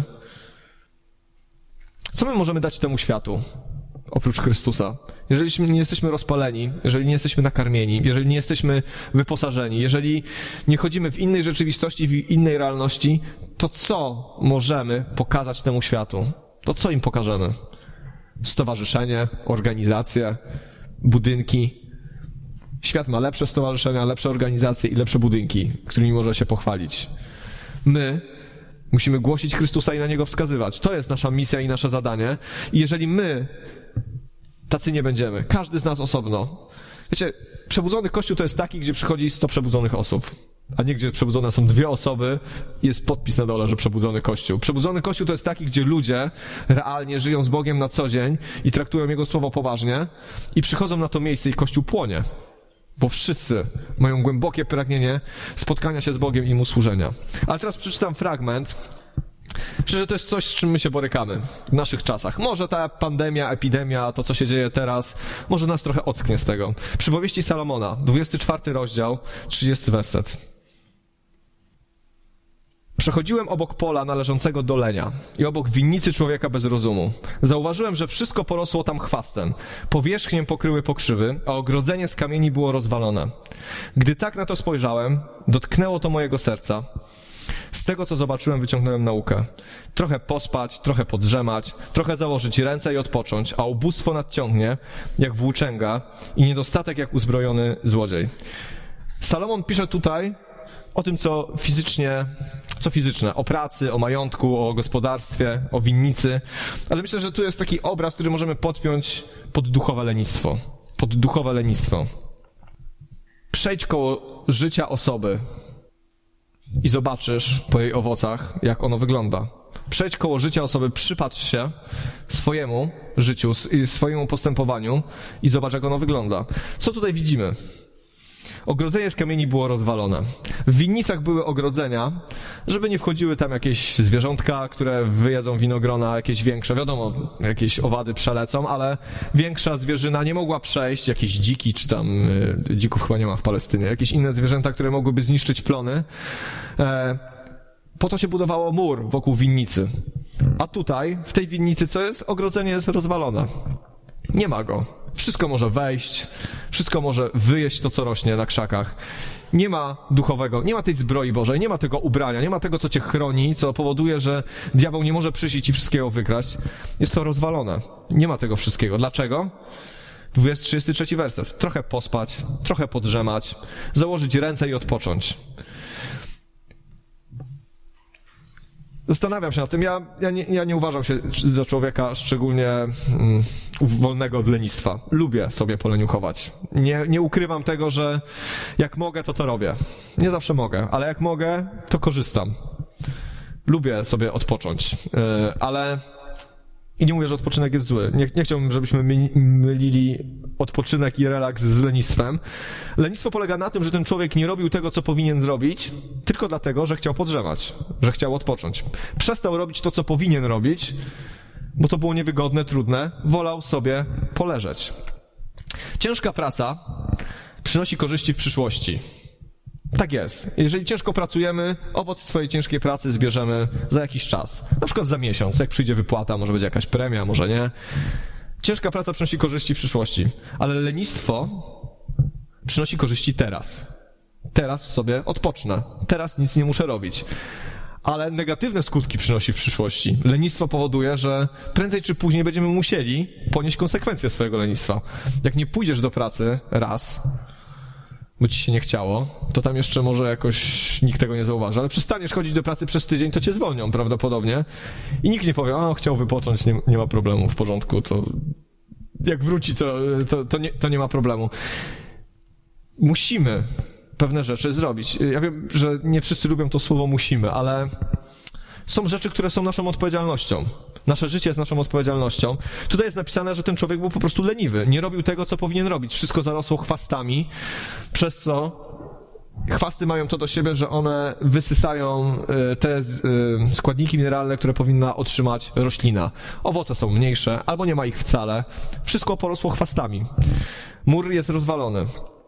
co my możemy dać temu światu, oprócz Chrystusa? Jeżeli nie jesteśmy rozpaleni, jeżeli nie jesteśmy nakarmieni, jeżeli nie jesteśmy wyposażeni, jeżeli nie chodzimy w innej rzeczywistości, w innej realności, to co możemy pokazać temu światu? To co im pokażemy? Stowarzyszenie, organizacje, budynki. Świat ma lepsze stowarzyszenia, lepsze organizacje i lepsze budynki, którymi może się pochwalić. My musimy głosić Chrystusa i na Niego wskazywać. To jest nasza misja i nasze zadanie. I jeżeli my tacy nie będziemy, każdy z nas osobno. Wiecie, przebudzony Kościół to jest taki, gdzie przychodzi 100 przebudzonych osób, a nie gdzie przebudzone są 2 osoby i jest podpis na dole, że przebudzony Kościół. Przebudzony Kościół to jest taki, gdzie ludzie realnie żyją z Bogiem na co dzień i traktują Jego słowo poważnie i przychodzą na to miejsce i Kościół płonie. Bo wszyscy mają głębokie pragnienie spotkania się z Bogiem i Mu służenia. Ale teraz przeczytam fragment. Myślę, że to jest coś, z czym my się borykamy w naszych czasach. Może ta pandemia, epidemia, to co się dzieje teraz, może nas trochę ocknie z tego. Przypowieści Salomona, 24 rozdział, 30 werset. Przechodziłem obok pola należącego do lenia i obok winnicy człowieka bez rozumu. Zauważyłem, że wszystko porosło tam chwastem. Powierzchnię pokryły pokrzywy, a ogrodzenie z kamieni było rozwalone. Gdy tak na to spojrzałem, dotknęło to mojego serca. Z tego, co zobaczyłem, wyciągnąłem naukę. Trochę pospać, trochę podrzemać, trochę założyć ręce i odpocząć, a ubóstwo nadciągnie, jak włóczęga i niedostatek jak uzbrojony złodziej. Salomon pisze tutaj o tym, co fizyczne, o pracy, o majątku, o gospodarstwie, o winnicy, ale myślę, że tu jest taki obraz, który możemy podpiąć pod duchowe lenistwo. Przejdź koło życia osoby, i zobaczysz po jej owocach, jak ono wygląda. Przejdź koło życia osoby, przypatrz się swojemu życiu, swojemu postępowaniu i zobacz, jak ono wygląda. Co tutaj widzimy? Ogrodzenie z kamieni było rozwalone. W winnicach były ogrodzenia, żeby nie wchodziły tam jakieś zwierzątka, które wyjedzą winogrona, jakieś większe. Wiadomo, jakieś owady przelecą, ale większa zwierzyna nie mogła przejść, jakieś dziki, czy tam dzików chyba nie ma w Palestynie, jakieś inne zwierzęta, które mogłyby zniszczyć plony. Po to się budowało mur wokół winnicy. A tutaj, w tej winnicy, co jest? Ogrodzenie jest rozwalone. Nie ma go. Wszystko może wejść, wszystko może wyjeść to, co rośnie na krzakach. Nie ma duchowego, nie ma tej zbroi Bożej, nie ma tego ubrania, nie ma tego, co cię chroni, co powoduje, że diabeł nie może przyjść i ci wszystkiego wykraść. Jest to rozwalone. Nie ma tego wszystkiego. Dlaczego? 33 werset. Trochę pospać, trochę podrzemać, założyć ręce i odpocząć. Zastanawiam się nad tym. Ja nie uważam się za człowieka szczególnie wolnego od lenistwa. Lubię sobie poleniuchować. Nie ukrywam tego, że jak mogę, to robię. Nie zawsze mogę, ale jak mogę, to korzystam. Lubię sobie odpocząć, ale... I nie mówię, że odpoczynek jest zły. Nie chciałbym, żebyśmy mylili odpoczynek i relaks z lenistwem. Lenistwo polega na tym, że ten człowiek nie robił tego, co powinien zrobić, tylko dlatego, że chciał podrzemać, że chciał odpocząć. Przestał robić to, co powinien robić, bo to było niewygodne, trudne. Wolał sobie poleżeć. Ciężka praca przynosi korzyści w przyszłości. Tak jest. Jeżeli ciężko pracujemy, owoc swojej ciężkiej pracy zbierzemy za jakiś czas. Na przykład za miesiąc. Jak przyjdzie wypłata, może będzie jakaś premia, może nie. Ciężka praca przynosi korzyści w przyszłości. Ale lenistwo przynosi korzyści teraz. Teraz sobie odpocznę. Teraz nic nie muszę robić. Ale negatywne skutki przynosi w przyszłości. Lenistwo powoduje, że prędzej czy później będziemy musieli ponieść konsekwencje swojego lenistwa. Jak nie pójdziesz do pracy raz, bo ci się nie chciało, to tam jeszcze może jakoś nikt tego nie zauważy, ale przestaniesz chodzić do pracy przez tydzień, to cię zwolnią prawdopodobnie i nikt nie powie, chciał wypocząć, nie ma problemu, w porządku, to jak wróci, to nie ma problemu. Musimy pewne rzeczy zrobić. Ja wiem, że nie wszyscy lubią to słowo musimy, ale są rzeczy, które są naszą odpowiedzialnością. Nasze życie jest naszą odpowiedzialnością. Tutaj jest napisane, że ten człowiek był po prostu leniwy. Nie robił tego, co powinien robić. Wszystko zarosło chwastami, przez co chwasty mają to do siebie, że one wysysają te składniki mineralne, które powinna otrzymać roślina. Owoce są mniejsze, albo nie ma ich wcale. Wszystko porosło chwastami. Mur jest rozwalony.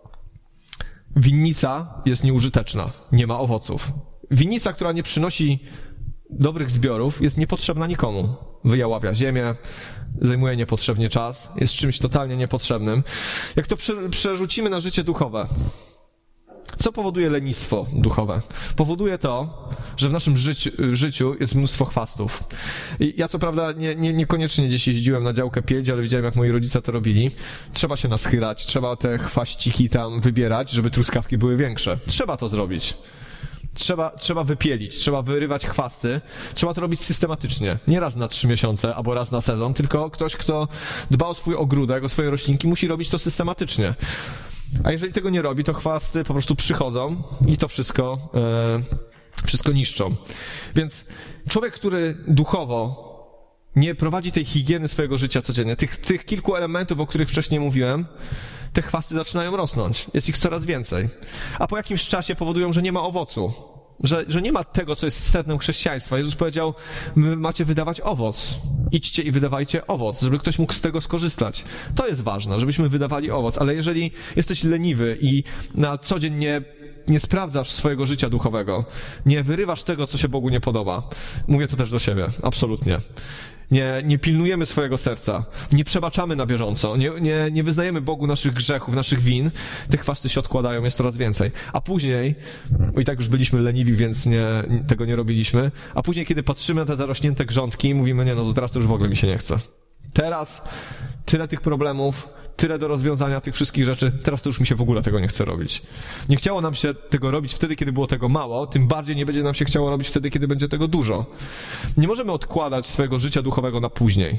Winnica jest nieużyteczna. Nie ma owoców. Winnica, która nie przynosi dobrych zbiorów, jest niepotrzebna nikomu. Wyjaławia ziemię, zajmuje niepotrzebnie czas, jest czymś totalnie niepotrzebnym. Jak to przerzucimy na życie duchowe, co powoduje lenistwo duchowe? Powoduje to, że w naszym życiu jest mnóstwo chwastów. I ja co prawda niekoniecznie gdzieś jeździłem na działkę pielć, ale widziałem, jak moi rodzice to robili. Trzeba się naschylać, trzeba te chwaściki tam wybierać, żeby truskawki były większe. Trzeba to zrobić. Trzeba wypielić, trzeba wyrywać chwasty, trzeba to robić systematycznie. Nie raz na 3 miesiące albo raz na sezon, tylko ktoś, kto dba o swój ogródek, o swoje roślinki, musi robić to systematycznie. A jeżeli tego nie robi, to chwasty po prostu przychodzą i to wszystko niszczą. Więc człowiek, który duchowo nie prowadzi tej higieny swojego życia codziennie, tych kilku elementów, o których wcześniej mówiłem, te chwasty zaczynają rosnąć. Jest ich coraz więcej. A po jakimś czasie powodują, że nie ma owocu. Że nie ma tego, co jest sednem chrześcijaństwa. Jezus powiedział, macie wydawać owoc. Idźcie i wydawajcie owoc, żeby ktoś mógł z tego skorzystać. To jest ważne, żebyśmy wydawali owoc. Ale jeżeli jesteś leniwy i na co dzień nie sprawdzasz swojego życia duchowego, nie wyrywasz tego, co się Bogu nie podoba. Mówię to też do siebie, absolutnie. Nie pilnujemy swojego serca, nie przebaczamy na bieżąco, nie wyznajemy Bogu naszych grzechów, naszych win, te chwasty się odkładają, jest coraz więcej. A później, bo i tak już byliśmy leniwi, więc tego nie robiliśmy, a później, kiedy patrzymy na te zarośnięte grządki, mówimy, to teraz to już w ogóle mi się nie chce. Teraz tyle tych problemów, tyle do rozwiązania tych wszystkich rzeczy, teraz to już mi się w ogóle tego nie chce robić. Nie chciało nam się tego robić wtedy, kiedy było tego mało, tym bardziej nie będzie nam się chciało robić wtedy, kiedy będzie tego dużo. Nie możemy odkładać swojego życia duchowego na później.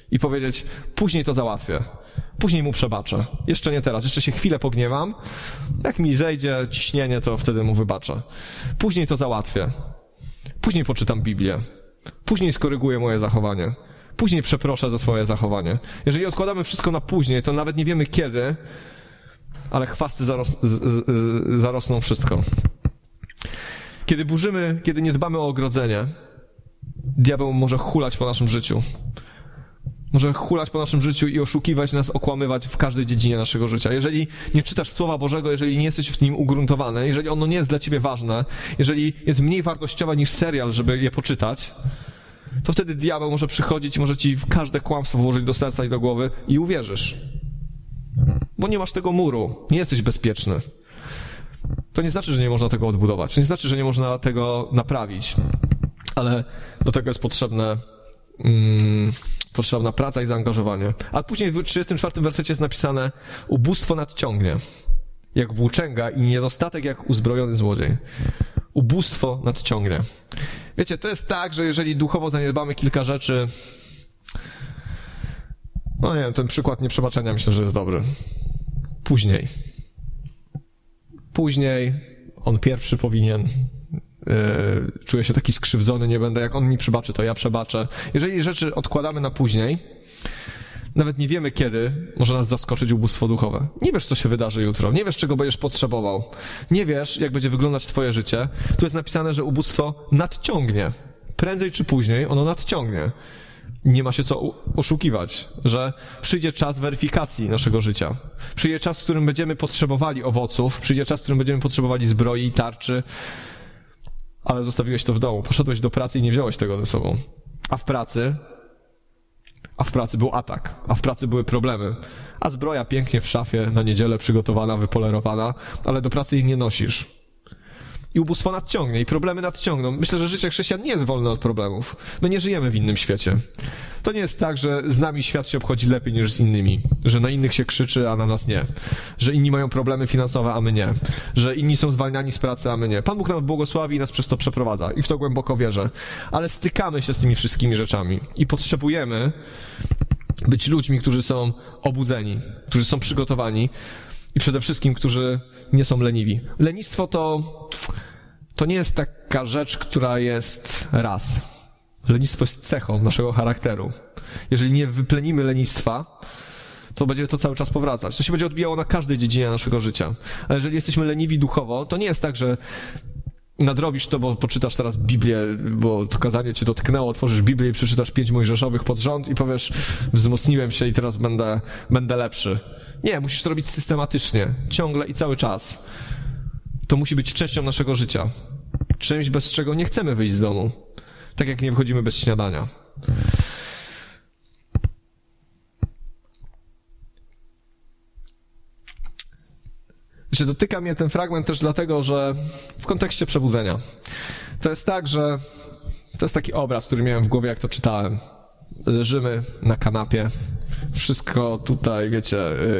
i powiedzieć, później to załatwię, później mu przebaczę, jeszcze nie teraz, jeszcze się chwilę pogniewam, jak mi zejdzie ciśnienie, to wtedy mu wybaczę. Później to załatwię, później poczytam Biblię, później skoryguję moje zachowanie, później przeproszę za swoje zachowanie. Jeżeli odkładamy wszystko na później, to nawet nie wiemy kiedy, ale chwasty zarosną wszystko. Kiedy burzymy, kiedy nie dbamy o ogrodzenie, diabeł może hulać po naszym życiu. Może hulać po naszym życiu i oszukiwać nas, okłamywać w każdej dziedzinie naszego życia. Jeżeli nie czytasz Słowa Bożego, jeżeli nie jesteś w nim ugruntowany, jeżeli ono nie jest dla ciebie ważne, jeżeli jest mniej wartościowe niż serial, żeby je poczytać, to wtedy diabeł może przychodzić i może ci w każde kłamstwo włożyć do serca i do głowy i uwierzysz. Bo nie masz tego muru, nie jesteś bezpieczny. To nie znaczy, że nie można tego odbudować, to nie znaczy, że nie można tego naprawić, ale do tego jest potrzebna praca i zaangażowanie. A później w 34 wersecie jest napisane: ubóstwo nadciągnie, jak włóczęga, i niedostatek jak uzbrojony złodziej. Ubóstwo nadciągnie. Wiecie, to jest tak, że jeżeli duchowo zaniedbamy kilka rzeczy, no nie wiem, ten przykład nieprzebaczenia myślę, że jest dobry. Później on pierwszy powinien, czuję się taki skrzywdzony, nie będę, jak on mi przebaczy, to ja przebaczę. Jeżeli rzeczy odkładamy na później, nawet nie wiemy kiedy, może nas zaskoczyć ubóstwo duchowe. Nie wiesz, co się wydarzy jutro, nie wiesz, czego będziesz potrzebował, nie wiesz, jak będzie wyglądać twoje życie. Tu jest napisane, że ubóstwo nadciągnie. Prędzej czy później ono nadciągnie. Nie ma się co oszukiwać, że przyjdzie czas weryfikacji naszego życia. Przyjdzie czas, w którym będziemy potrzebowali owoców, przyjdzie czas, w którym będziemy potrzebowali zbroi i tarczy, ale zostawiłeś to w domu, poszedłeś do pracy i nie wziąłeś tego ze sobą. A w pracy był atak, a w pracy były problemy. A zbroja pięknie w szafie na niedzielę przygotowana, wypolerowana, ale do pracy jej nie nosisz. I ubóstwo nadciągnie, i problemy nadciągną. Myślę, że życie chrześcijan nie jest wolne od problemów. My nie żyjemy w innym świecie. To nie jest tak, że z nami świat się obchodzi lepiej niż z innymi. Że na innych się krzyczy, a na nas nie. Że inni mają problemy finansowe, a my nie. Że inni są zwalniani z pracy, a my nie. Pan Bóg nas błogosławi i nas przez to przeprowadza. I w to głęboko wierzę. Ale stykamy się z tymi wszystkimi rzeczami. I potrzebujemy być ludźmi, którzy są obudzeni, którzy są przygotowani i przede wszystkim, którzy nie są leniwi. Lenistwo to nie jest taka rzecz, która jest raz. Lenistwo jest cechą naszego charakteru. Jeżeli nie wyplenimy lenistwa, to będzie to cały czas powracać. To się będzie odbijało na każdej dziedzinie naszego życia. Ale jeżeli jesteśmy leniwi duchowo, to nie jest tak, że nadrobisz to, bo poczytasz teraz Biblię, bo to kazanie cię dotknęło, otworzysz Biblię i przeczytasz 5 Mojżeszowych pod rząd i powiesz, wzmocniłem się i teraz będę lepszy. Nie, musisz to robić systematycznie, ciągle i cały czas. To musi być częścią naszego życia. Czymś, bez czego nie chcemy wyjść z domu. Tak jak nie wychodzimy bez śniadania. Wiecie, dotyka mnie ten fragment też dlatego, że w kontekście przebudzenia. To jest tak, że to jest taki obraz, który miałem w głowie, jak to czytałem. Leżymy na kanapie, wszystko tutaj, wiecie,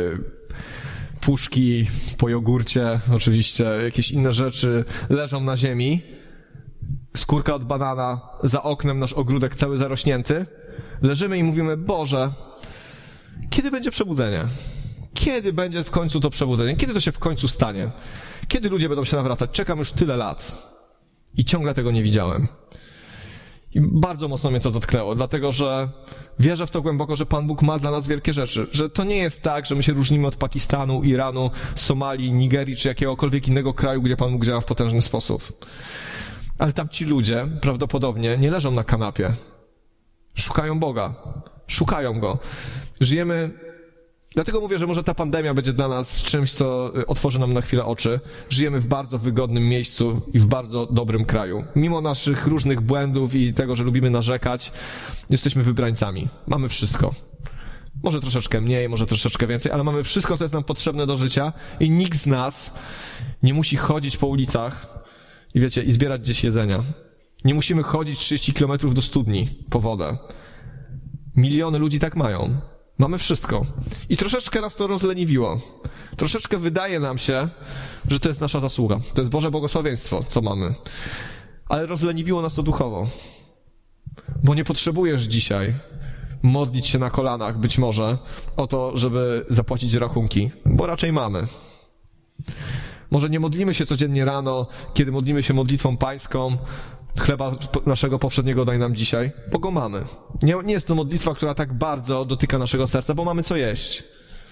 puszki po jogurcie, oczywiście jakieś inne rzeczy leżą na ziemi, skórka od banana, za oknem nasz ogródek cały zarośnięty. Leżymy i mówimy, Boże, kiedy będzie przebudzenie? Kiedy będzie w końcu to przebudzenie? Kiedy to się w końcu stanie? Kiedy ludzie będą się nawracać? Czekam już tyle lat i ciągle tego nie widziałem. I bardzo mocno mnie to dotknęło, dlatego że wierzę w to głęboko, że Pan Bóg ma dla nas wielkie rzeczy. Że to nie jest tak, że my się różnimy od Pakistanu, Iranu, Somalii, Nigerii czy jakiegokolwiek innego kraju, gdzie Pan Bóg działa w potężny sposób. Ale tam ci ludzie prawdopodobnie nie leżą na kanapie. Szukają Boga. Szukają Go. Żyjemy... Dlatego mówię, że może ta pandemia będzie dla nas czymś, co otworzy nam na chwilę oczy. Żyjemy w bardzo wygodnym miejscu i w bardzo dobrym kraju. Mimo naszych różnych błędów i tego, że lubimy narzekać, jesteśmy wybrańcami. Mamy wszystko. Może troszeczkę mniej, może troszeczkę więcej, ale mamy wszystko, co jest nam potrzebne do życia i nikt z nas nie musi chodzić po ulicach i wiecie, i zbierać gdzieś jedzenia. Nie musimy chodzić 30 kilometrów do studni po wodę. Miliony ludzi tak mają. Mamy wszystko. I troszeczkę nas to rozleniwiło. Troszeczkę wydaje nam się, że to jest nasza zasługa. To jest Boże błogosławieństwo, co mamy. Ale rozleniwiło nas to duchowo. Bo nie potrzebujesz dzisiaj modlić się na kolanach być może o to, żeby zapłacić rachunki, bo raczej mamy. Może nie modlimy się codziennie rano, kiedy modlimy się modlitwą pańską, chleba naszego powszedniego daj nam dzisiaj, bo go mamy. Nie jest to modlitwa, która tak bardzo dotyka naszego serca, bo mamy co jeść.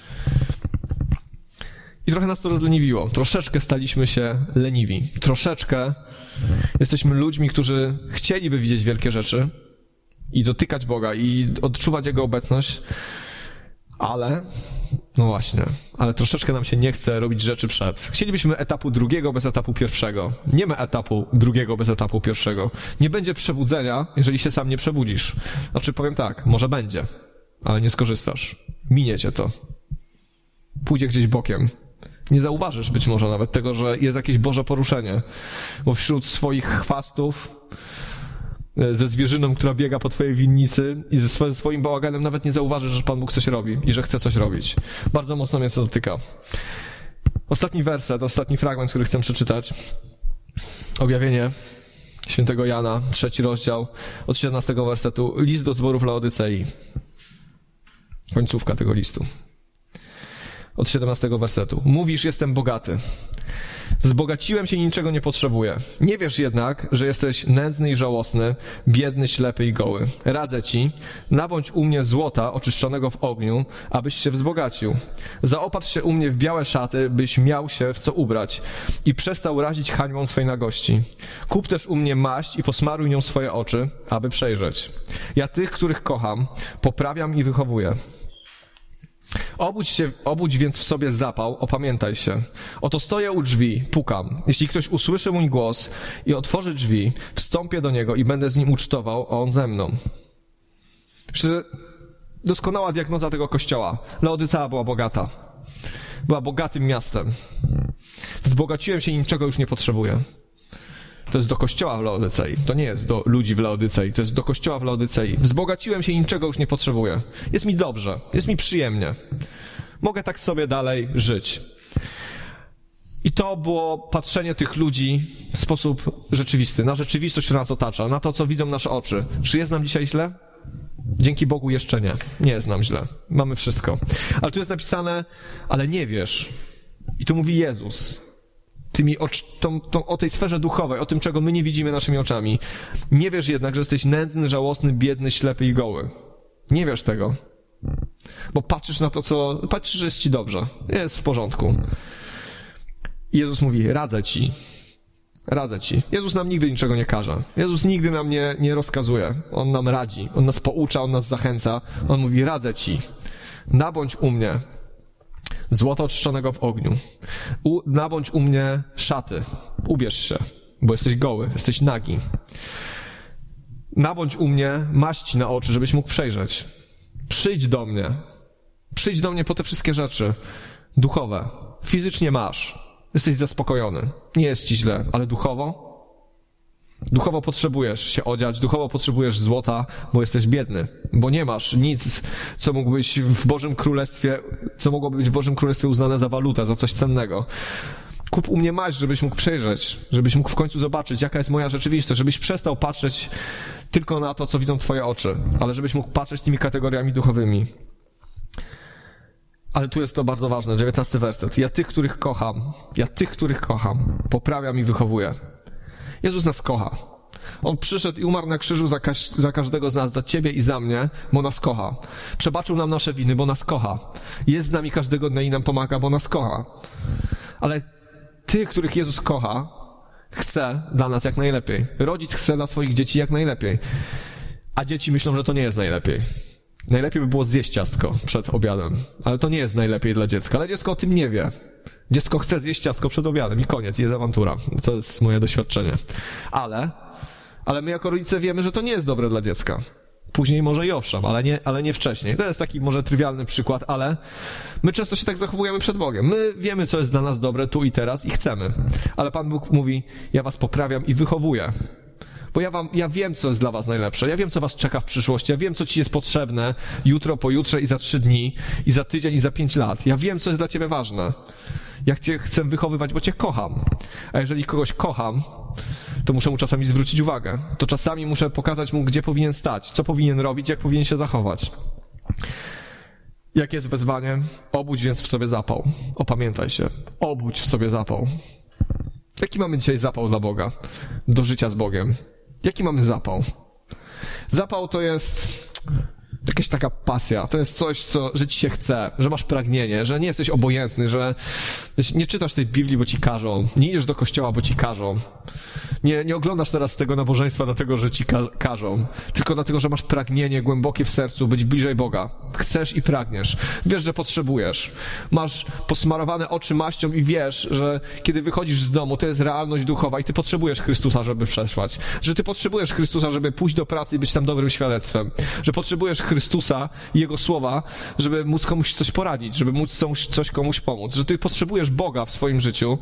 I trochę nas to rozleniwiło. Troszeczkę staliśmy się leniwi. Troszeczkę jesteśmy ludźmi, którzy chcieliby widzieć wielkie rzeczy i dotykać Boga i odczuwać Jego obecność, ale, no właśnie, ale troszeczkę nam się nie chce robić rzeczy przed. Chcielibyśmy etapu drugiego bez etapu pierwszego. Nie ma etapu drugiego bez etapu pierwszego. Nie będzie przebudzenia, jeżeli się sam nie przebudzisz. Znaczy powiem tak, może będzie, ale nie skorzystasz. Minie cię to. Pójdzie gdzieś bokiem. Nie zauważysz być może nawet tego, że jest jakieś Boże poruszenie, bo wśród swoich chwastów, ze zwierzyną, która biega po twojej winnicy i ze swoim bałaganem nawet nie zauważysz, że Pan Bóg coś robi i że chce coś robić. Bardzo mocno mnie to dotyka. Ostatni werset, ostatni fragment, który chcę przeczytać. Objawienie świętego Jana, 3 rozdział, od 17 wersetu. List do zborów Laodycei. Końcówka tego listu. Od 17 wersetu. Mówisz, jestem bogaty. Wzbogaciłem się i niczego nie potrzebuję. Nie wiesz jednak, że jesteś nędzny i żałosny, biedny, ślepy i goły. Radzę ci, nabądź u mnie złota oczyszczonego w ogniu, abyś się wzbogacił. Zaopatrz się u mnie w białe szaty, byś miał się w co ubrać i przestał razić hańbą swej nagości. Kup też u mnie maść i posmaruj nią swoje oczy, aby przejrzeć. Ja tych, których kocham, poprawiam i wychowuję. Obudź więc w sobie zapał, opamiętaj się. Oto stoję u drzwi, pukam. Jeśli ktoś usłyszy mój głos i otworzy drzwi, wstąpię do niego i będę z nim ucztował, a on ze mną. Przecież doskonała diagnoza tego kościoła. Laodycea była bogata. Była bogatym miastem. Wzbogaciłem się i niczego już nie potrzebuję. To jest do kościoła w Laodycei. To nie jest do ludzi w Laodycei. To jest do kościoła w Laodycei. Wzbogaciłem się i niczego już nie potrzebuję. Jest mi dobrze. Jest mi przyjemnie. Mogę tak sobie dalej żyć. I to było patrzenie tych ludzi w sposób rzeczywisty. Na rzeczywistość, która nas otacza. Na to, co widzą nasze oczy. Czy jest nam dzisiaj źle? Dzięki Bogu jeszcze nie. Nie jest nam źle. Mamy wszystko. Ale tu jest napisane, ale nie wiesz. I tu mówi Jezus. O tej sferze duchowej, o tym, czego my nie widzimy naszymi oczami. Nie wiesz jednak, że jesteś nędzny, żałosny, biedny, ślepy i goły. Nie wiesz tego. Bo patrzysz na to, patrzysz, że jest ci dobrze. Jest w porządku. I Jezus mówi, radzę ci. Radzę ci. Jezus nam nigdy niczego nie każe. Jezus nigdy nam nie rozkazuje. On nam radzi. On nas poucza, On nas zachęca. On mówi, radzę ci. Nabądź u mnie złoto oczyszczonego w ogniu. Nabądź u mnie szaty. Ubierz się, bo jesteś goły, jesteś nagi. Nabądź u mnie maści na oczy, żebyś mógł przejrzeć. Przyjdź do mnie. Przyjdź do mnie po te wszystkie rzeczy duchowe. Fizycznie masz. Jesteś zaspokojony. Nie jest ci źle, ale duchowo? Duchowo potrzebujesz się odziać, duchowo potrzebujesz złota, bo jesteś biedny, bo nie masz nic, co mogłoby być w Bożym Królestwie uznane za walutę, za coś cennego. Kup u mnie maść, żebyś mógł przejrzeć, żebyś mógł w końcu zobaczyć, jaka jest moja rzeczywistość, żebyś przestał patrzeć tylko na to, co widzą twoje oczy, ale żebyś mógł patrzeć tymi kategoriami duchowymi. Ale tu jest to bardzo ważne, 19 werset. Ja tych, których kocham, poprawiam i wychowuję. Jezus nas kocha. On przyszedł i umarł na krzyżu za każdego z nas, za ciebie i za mnie, bo nas kocha. Przebaczył nam nasze winy, bo nas kocha. Jest z nami każdego dnia i nam pomaga, bo nas kocha. Ale tych, których Jezus kocha, chce dla nas jak najlepiej. Rodzic chce dla swoich dzieci jak najlepiej. A dzieci myślą, że to nie jest najlepiej. Najlepiej by było zjeść ciastko przed obiadem. Ale to nie jest najlepiej dla dziecka. Ale dziecko o tym nie wie. Dziecko chce zjeść ciastko przed obiadem i koniec, jest awantura. To jest moje doświadczenie. Ale my jako rodzice wiemy, że to nie jest dobre dla dziecka. Później może i owszem, ale nie wcześniej. To jest taki może trywialny przykład, ale my często się tak zachowujemy przed Bogiem. My wiemy, co jest dla nas dobre tu i teraz i chcemy. Ale Pan Bóg mówi, ja was poprawiam i wychowuję. Bo ja wiem, co jest dla was najlepsze. Ja wiem, co was czeka w przyszłości. Ja wiem, co ci jest potrzebne jutro, pojutrze i za 3 dni, i za tydzień, i za 5 lat. Ja wiem, co jest dla ciebie ważne. Ja cię chcę wychowywać, bo cię kocham. A jeżeli kogoś kocham, to muszę mu czasami zwrócić uwagę. To czasami muszę pokazać mu, gdzie powinien stać, co powinien robić, jak powinien się zachować. Jakie jest wezwanie? Obudź więc w sobie zapał. Opamiętaj się. Obudź w sobie zapał. Jaki mamy dzisiaj zapał dla Boga? Do życia z Bogiem. Jaki mamy zapał? Zapał to jest jakaś taka pasja. To jest coś, że ci się chce, że masz pragnienie, że nie jesteś obojętny, że nie czytasz tej Biblii, bo ci każą. Nie idziesz do kościoła, bo ci każą. Nie oglądasz teraz tego nabożeństwa dlatego, że ci każą, tylko dlatego, że masz pragnienie głębokie w sercu być bliżej Boga. Chcesz i pragniesz. Wiesz, że potrzebujesz. Masz posmarowane oczy maścią i wiesz, że kiedy wychodzisz z domu, to jest realność duchowa i ty potrzebujesz Chrystusa, żeby przetrwać. Że ty potrzebujesz Chrystusa, żeby pójść do pracy i być tam dobrym świadectwem. Że potrzebujesz Chrystusa i Jego słowa, żeby móc komuś coś poradzić, żeby móc coś komuś pomóc. Że ty potrzebujesz Boga w swoim życiu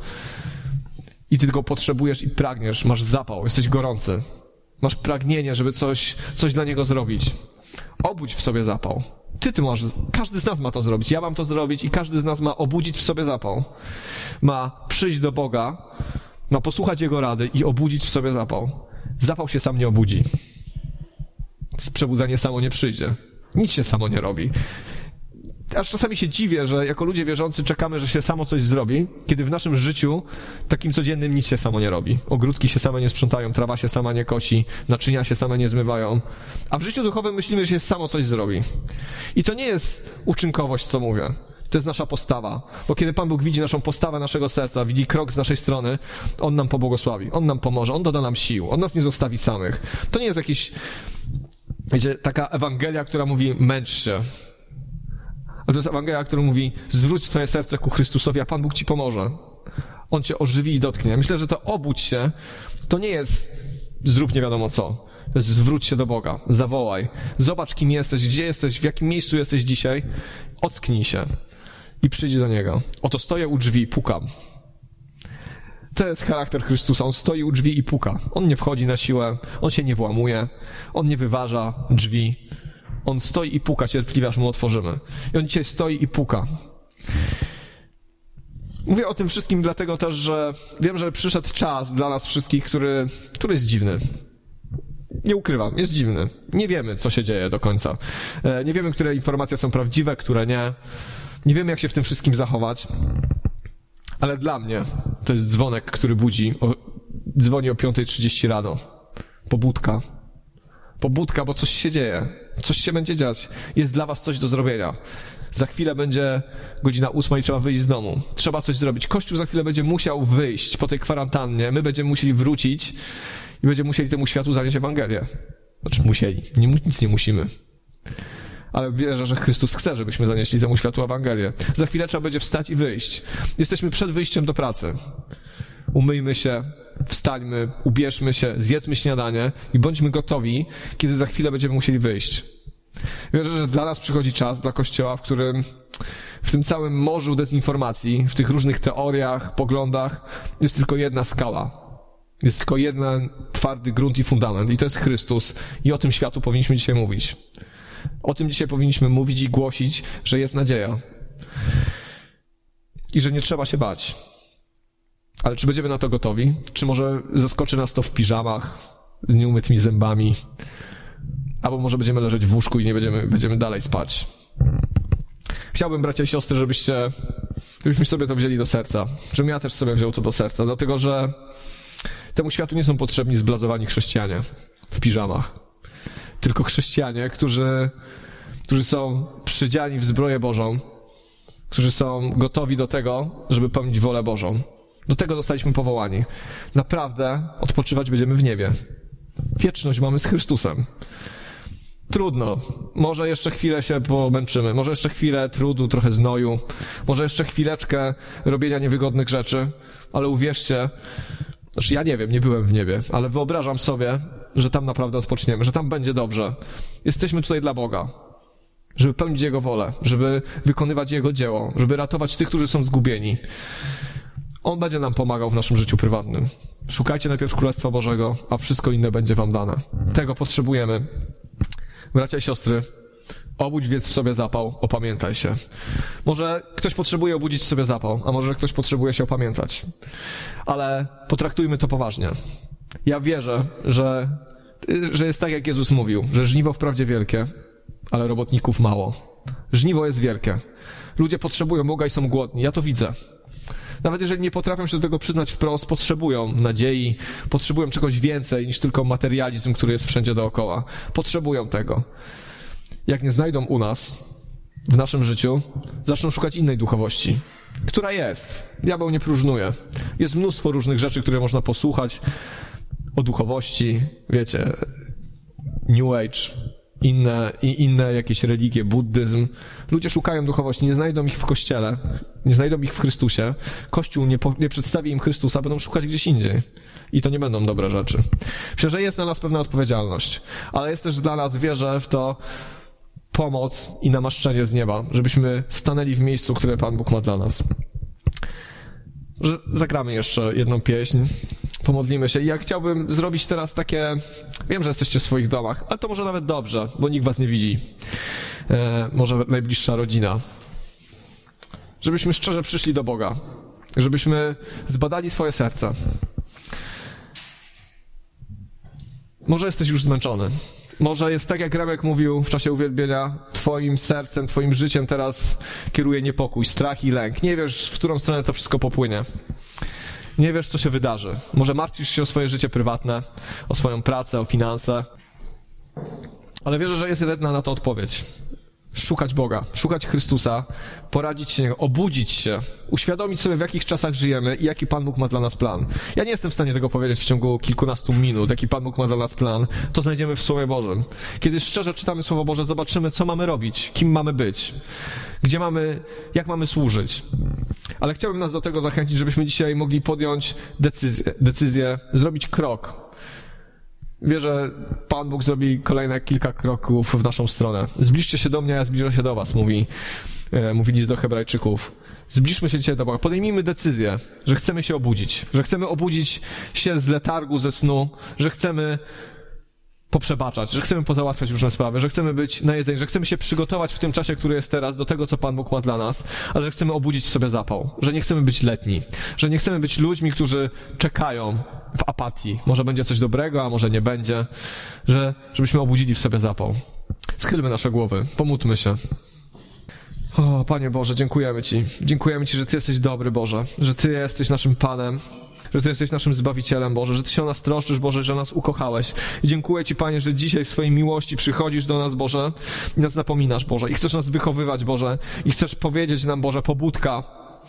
i ty tego potrzebujesz i pragniesz. Masz zapał, jesteś gorący. Masz pragnienie, żeby coś dla Niego zrobić. Obudź w sobie zapał. Ty masz, każdy z nas ma to zrobić. Ja mam to zrobić i każdy z nas ma obudzić w sobie zapał. Ma przyjść do Boga, ma posłuchać Jego rady i obudzić w sobie zapał. Zapał się sam nie obudzi. Przebudzenie samo nie przyjdzie. Nic się samo nie robi. Aż czasami się dziwię, że jako ludzie wierzący czekamy, że się samo coś zrobi, kiedy w naszym życiu takim codziennym nic się samo nie robi. Ogródki się same nie sprzątają, trawa się sama nie kosi, naczynia się same nie zmywają. A w życiu duchowym myślimy, że się samo coś zrobi. I to nie jest uczynkowość, co mówię. To jest nasza postawa. Bo kiedy Pan Bóg widzi naszą postawę naszego serca, widzi krok z naszej strony, On nam pobłogosławi, On nam pomoże, On doda nam sił, On nas nie zostawi samych. To nie jest jakiś, wiecie, taka Ewangelia, która mówi męcz się. Ale to jest Ewangelia, która mówi zwróć swoje serce ku Chrystusowi, a Pan Bóg ci pomoże. On cię ożywi i dotknie. Myślę, że to obudź się to nie jest zrób nie wiadomo co. To jest zwróć się do Boga, zawołaj. Zobacz, kim jesteś, gdzie jesteś, w jakim miejscu jesteś dzisiaj. Ocknij się i przyjdź do Niego. Oto stoję u drzwi i pukam. To jest charakter Chrystusa. On stoi u drzwi i puka. On nie wchodzi na siłę, On się nie włamuje, On nie wyważa drzwi. On stoi i puka cierpliwie, aż Mu otworzymy. I On dzisiaj stoi i puka. Mówię o tym wszystkim dlatego też, że wiem, że przyszedł czas dla nas wszystkich, który jest dziwny. Nie ukrywam, jest dziwny. Nie wiemy, co się dzieje do końca. Nie wiemy, które informacje są prawdziwe, które nie. Nie wiemy, jak się w tym wszystkim zachować. Ale dla mnie to jest dzwonek, który budzi. Dzwoni o 5:30 rano. Pobudka. Pobudka, bo coś się dzieje. Coś się będzie dziać. Jest dla was coś do zrobienia. Za chwilę będzie godzina 8 i trzeba wyjść z domu. Trzeba coś zrobić. Kościół za chwilę będzie musiał wyjść po tej kwarantannie. My będziemy musieli wrócić i będziemy musieli temu światu zanieść Ewangelię. Znaczy musieli. Nic nie musimy. Ale wierzę, że Chrystus chce, żebyśmy zanieśli temu światu Ewangelię. Za chwilę trzeba będzie wstać i wyjść. Jesteśmy przed wyjściem do pracy. Umyjmy się, wstańmy, ubierzmy się, zjedzmy śniadanie i bądźmy gotowi, kiedy za chwilę będziemy musieli wyjść. Wierzę, że dla nas przychodzi czas, dla Kościoła, w którym w tym całym morzu dezinformacji, w tych różnych teoriach, poglądach jest tylko jedna skala. Jest tylko jeden twardy grunt i fundament i to jest Chrystus i o tym światu powinniśmy dzisiaj mówić. O tym dzisiaj powinniśmy mówić i głosić, że jest nadzieja. I że nie trzeba się bać. Ale czy będziemy na to gotowi? Czy może zaskoczy nas to w piżamach, z nieumytymi zębami? Albo może będziemy leżeć w łóżku i nie będziemy dalej spać. Chciałbym, bracia i siostry, żebyśmy sobie to wzięli do serca. Żebym ja też sobie wziął to do serca. Dlatego, że temu światu nie są potrzebni zblazowani chrześcijanie w piżamach. Tylko chrześcijanie, którzy są przydziani w zbroję Bożą, którzy są gotowi do tego, żeby pełnić wolę Bożą. Do tego zostaliśmy powołani. Naprawdę odpoczywać będziemy w niebie. Wieczność mamy z Chrystusem. Trudno. Może jeszcze chwilę się pomęczymy. Może jeszcze chwilę trudu, trochę znoju. Może jeszcze chwileczkę robienia niewygodnych rzeczy. Ale uwierzcie, znaczy ja nie wiem, nie byłem w niebie, ale wyobrażam sobie, że tam naprawdę odpoczniemy, że tam będzie dobrze. Jesteśmy tutaj dla Boga. Żeby pełnić Jego wolę, żeby wykonywać Jego dzieło, żeby ratować tych, którzy są zgubieni. On będzie nam pomagał w naszym życiu prywatnym. Szukajcie najpierw Królestwa Bożego, a wszystko inne będzie wam dane. Tego potrzebujemy. Bracia i siostry, obudź więc w sobie zapał, opamiętaj się. Może ktoś potrzebuje obudzić w sobie zapał, a może ktoś potrzebuje się opamiętać. Ale potraktujmy to poważnie. Ja wierzę, że jest tak, jak Jezus mówił, że żniwo wprawdzie wielkie, ale robotników mało. Żniwo jest wielkie. Ludzie potrzebują Boga i są głodni. Ja to widzę. Nawet jeżeli nie potrafią się do tego przyznać wprost, potrzebują nadziei, potrzebują czegoś więcej niż tylko materializm, który jest wszędzie dookoła. Potrzebują tego. Jak nie znajdą u nas, w naszym życiu, zaczną szukać innej duchowości, która jest. Diabeł nie próżnuje. Jest mnóstwo różnych rzeczy, które można posłuchać o duchowości, wiecie, New Age, inne jakieś religie, buddyzm. Ludzie szukają duchowości, nie znajdą ich w Kościele, nie znajdą ich w Chrystusie. Kościół nie przedstawi im Chrystusa, będą szukać gdzieś indziej. I to nie będą dobre rzeczy. Myślę, że jest na nas pewna odpowiedzialność, ale jest też dla nas, wierzę w to, pomoc i namaszczenie z nieba, żebyśmy stanęli w miejscu, które Pan Bóg ma dla nas. Zagramy jeszcze jedną pieśń, pomodlimy się. I ja chciałbym zrobić teraz takie... Wiem, że jesteście w swoich domach, ale to może nawet dobrze, bo nikt was nie widzi. Może najbliższa rodzina. Żebyśmy szczerze przyszli do Boga. Żebyśmy zbadali swoje serce. Może jesteś już zmęczony. Może jest tak, jak Remek mówił w czasie uwielbienia, twoim sercem, twoim życiem teraz kieruje niepokój, strach i lęk. Nie wiesz, w którą stronę to wszystko popłynie. Nie wiesz, co się wydarzy. Może martwisz się o swoje życie prywatne, o swoją pracę, o finanse. Ale wierzę, że jest jedna na to odpowiedź. Szukać Boga, szukać Chrystusa, poradzić się Niego, obudzić się, uświadomić sobie, w jakich czasach żyjemy i jaki Pan Bóg ma dla nas plan. Ja nie jestem w stanie tego powiedzieć w ciągu kilkunastu minut, jaki Pan Bóg ma dla nas plan. To znajdziemy w Słowie Bożym. Kiedy szczerze czytamy Słowo Boże, zobaczymy, co mamy robić, kim mamy być, jak mamy służyć. Ale chciałbym nas do tego zachęcić, żebyśmy dzisiaj mogli podjąć decyzję, zrobić krok. Wierzę, Pan Bóg zrobi kolejne kilka kroków w naszą stronę. Zbliżcie się do mnie, ja zbliżę się do was, mówi list do Hebrajczyków. Zbliżmy się dzisiaj do Boga. Podejmijmy decyzję, że chcemy się obudzić. Że chcemy obudzić się z letargu, ze snu. Że chcemy poprzebaczać, że chcemy pozałatwiać różne sprawy, że chcemy być na jedzeniu, że chcemy się przygotować w tym czasie, który jest teraz, do tego, co Pan Bóg ma dla nas, ale że chcemy obudzić w sobie zapał, że nie chcemy być letni, że nie chcemy być ludźmi, którzy czekają w apatii. Może będzie coś dobrego, a może nie będzie, żebyśmy obudzili w sobie zapał. Schylmy nasze głowy, pomódlmy się. O, Panie Boże, dziękujemy Ci. Dziękujemy Ci, że Ty jesteś dobry, Boże, że Ty jesteś naszym Panem, że Ty jesteś naszym Zbawicielem, Boże, że Ty się o nas troszczysz, Boże, że nas ukochałeś. I dziękuję Ci, Panie, że dzisiaj w swojej miłości przychodzisz do nas, Boże, i nas napominasz, Boże, i chcesz nas wychowywać, Boże, i chcesz powiedzieć nam, Boże, pobudka.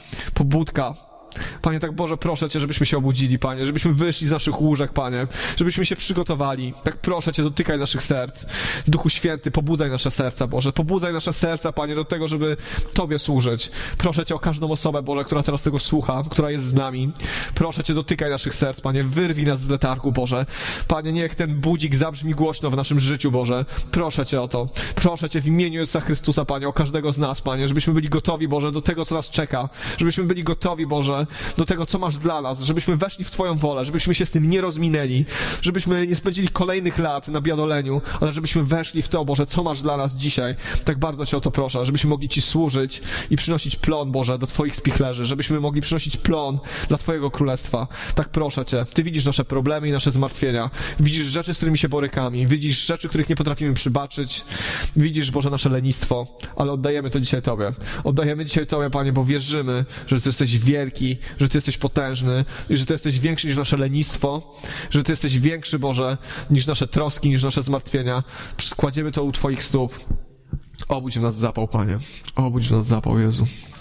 Panie, tak Boże, proszę Cię, żebyśmy się obudzili, Panie, żebyśmy wyszli z naszych łóżek, Panie, żebyśmy się przygotowali. Tak proszę Cię, dotykaj naszych serc. Duchu Święty, pobudzaj nasze serca, Boże, pobudzaj nasze serca, Panie, do tego, żeby Tobie służyć. Proszę Cię o każdą osobę, Boże, która teraz tego słucha, która jest z nami. Proszę Cię, dotykaj naszych serc, Panie, wyrwij nas z letargu, Boże. Panie, niech ten budzik zabrzmi głośno w naszym życiu, Boże. Proszę Cię o to. Proszę Cię w imieniu Jezusa Chrystusa, Panie, o każdego z nas, Panie, żebyśmy byli gotowi, Boże, do tego, co nas czeka. Żebyśmy byli gotowi, Boże, do tego, co masz dla nas, żebyśmy weszli w Twoją wolę, żebyśmy się z tym nie rozminęli, żebyśmy nie spędzili kolejnych lat na biadoleniu, ale żebyśmy weszli w to, Boże, co masz dla nas dzisiaj. Tak bardzo Cię o to proszę, żebyśmy mogli Ci służyć i przynosić plon, Boże, do Twoich spichlerzy, żebyśmy mogli przynosić plon dla Twojego Królestwa. Tak proszę Cię. Ty widzisz nasze problemy i nasze zmartwienia. Widzisz rzeczy, z którymi się borykamy. Widzisz rzeczy, których nie potrafimy przybaczyć. Widzisz, Boże, nasze lenistwo, ale oddajemy to dzisiaj Tobie. Oddajemy dzisiaj Tobie, Panie, bo wierzymy, że Ty jesteś wielki, że Ty jesteś potężny i że Ty jesteś większy niż nasze lenistwo, że Ty jesteś większy, Boże, niż nasze troski, niż nasze zmartwienia. Składziemy to u Twoich stóp. Obudź w nas zapał, Panie. Obudź w nas zapał, Jezu.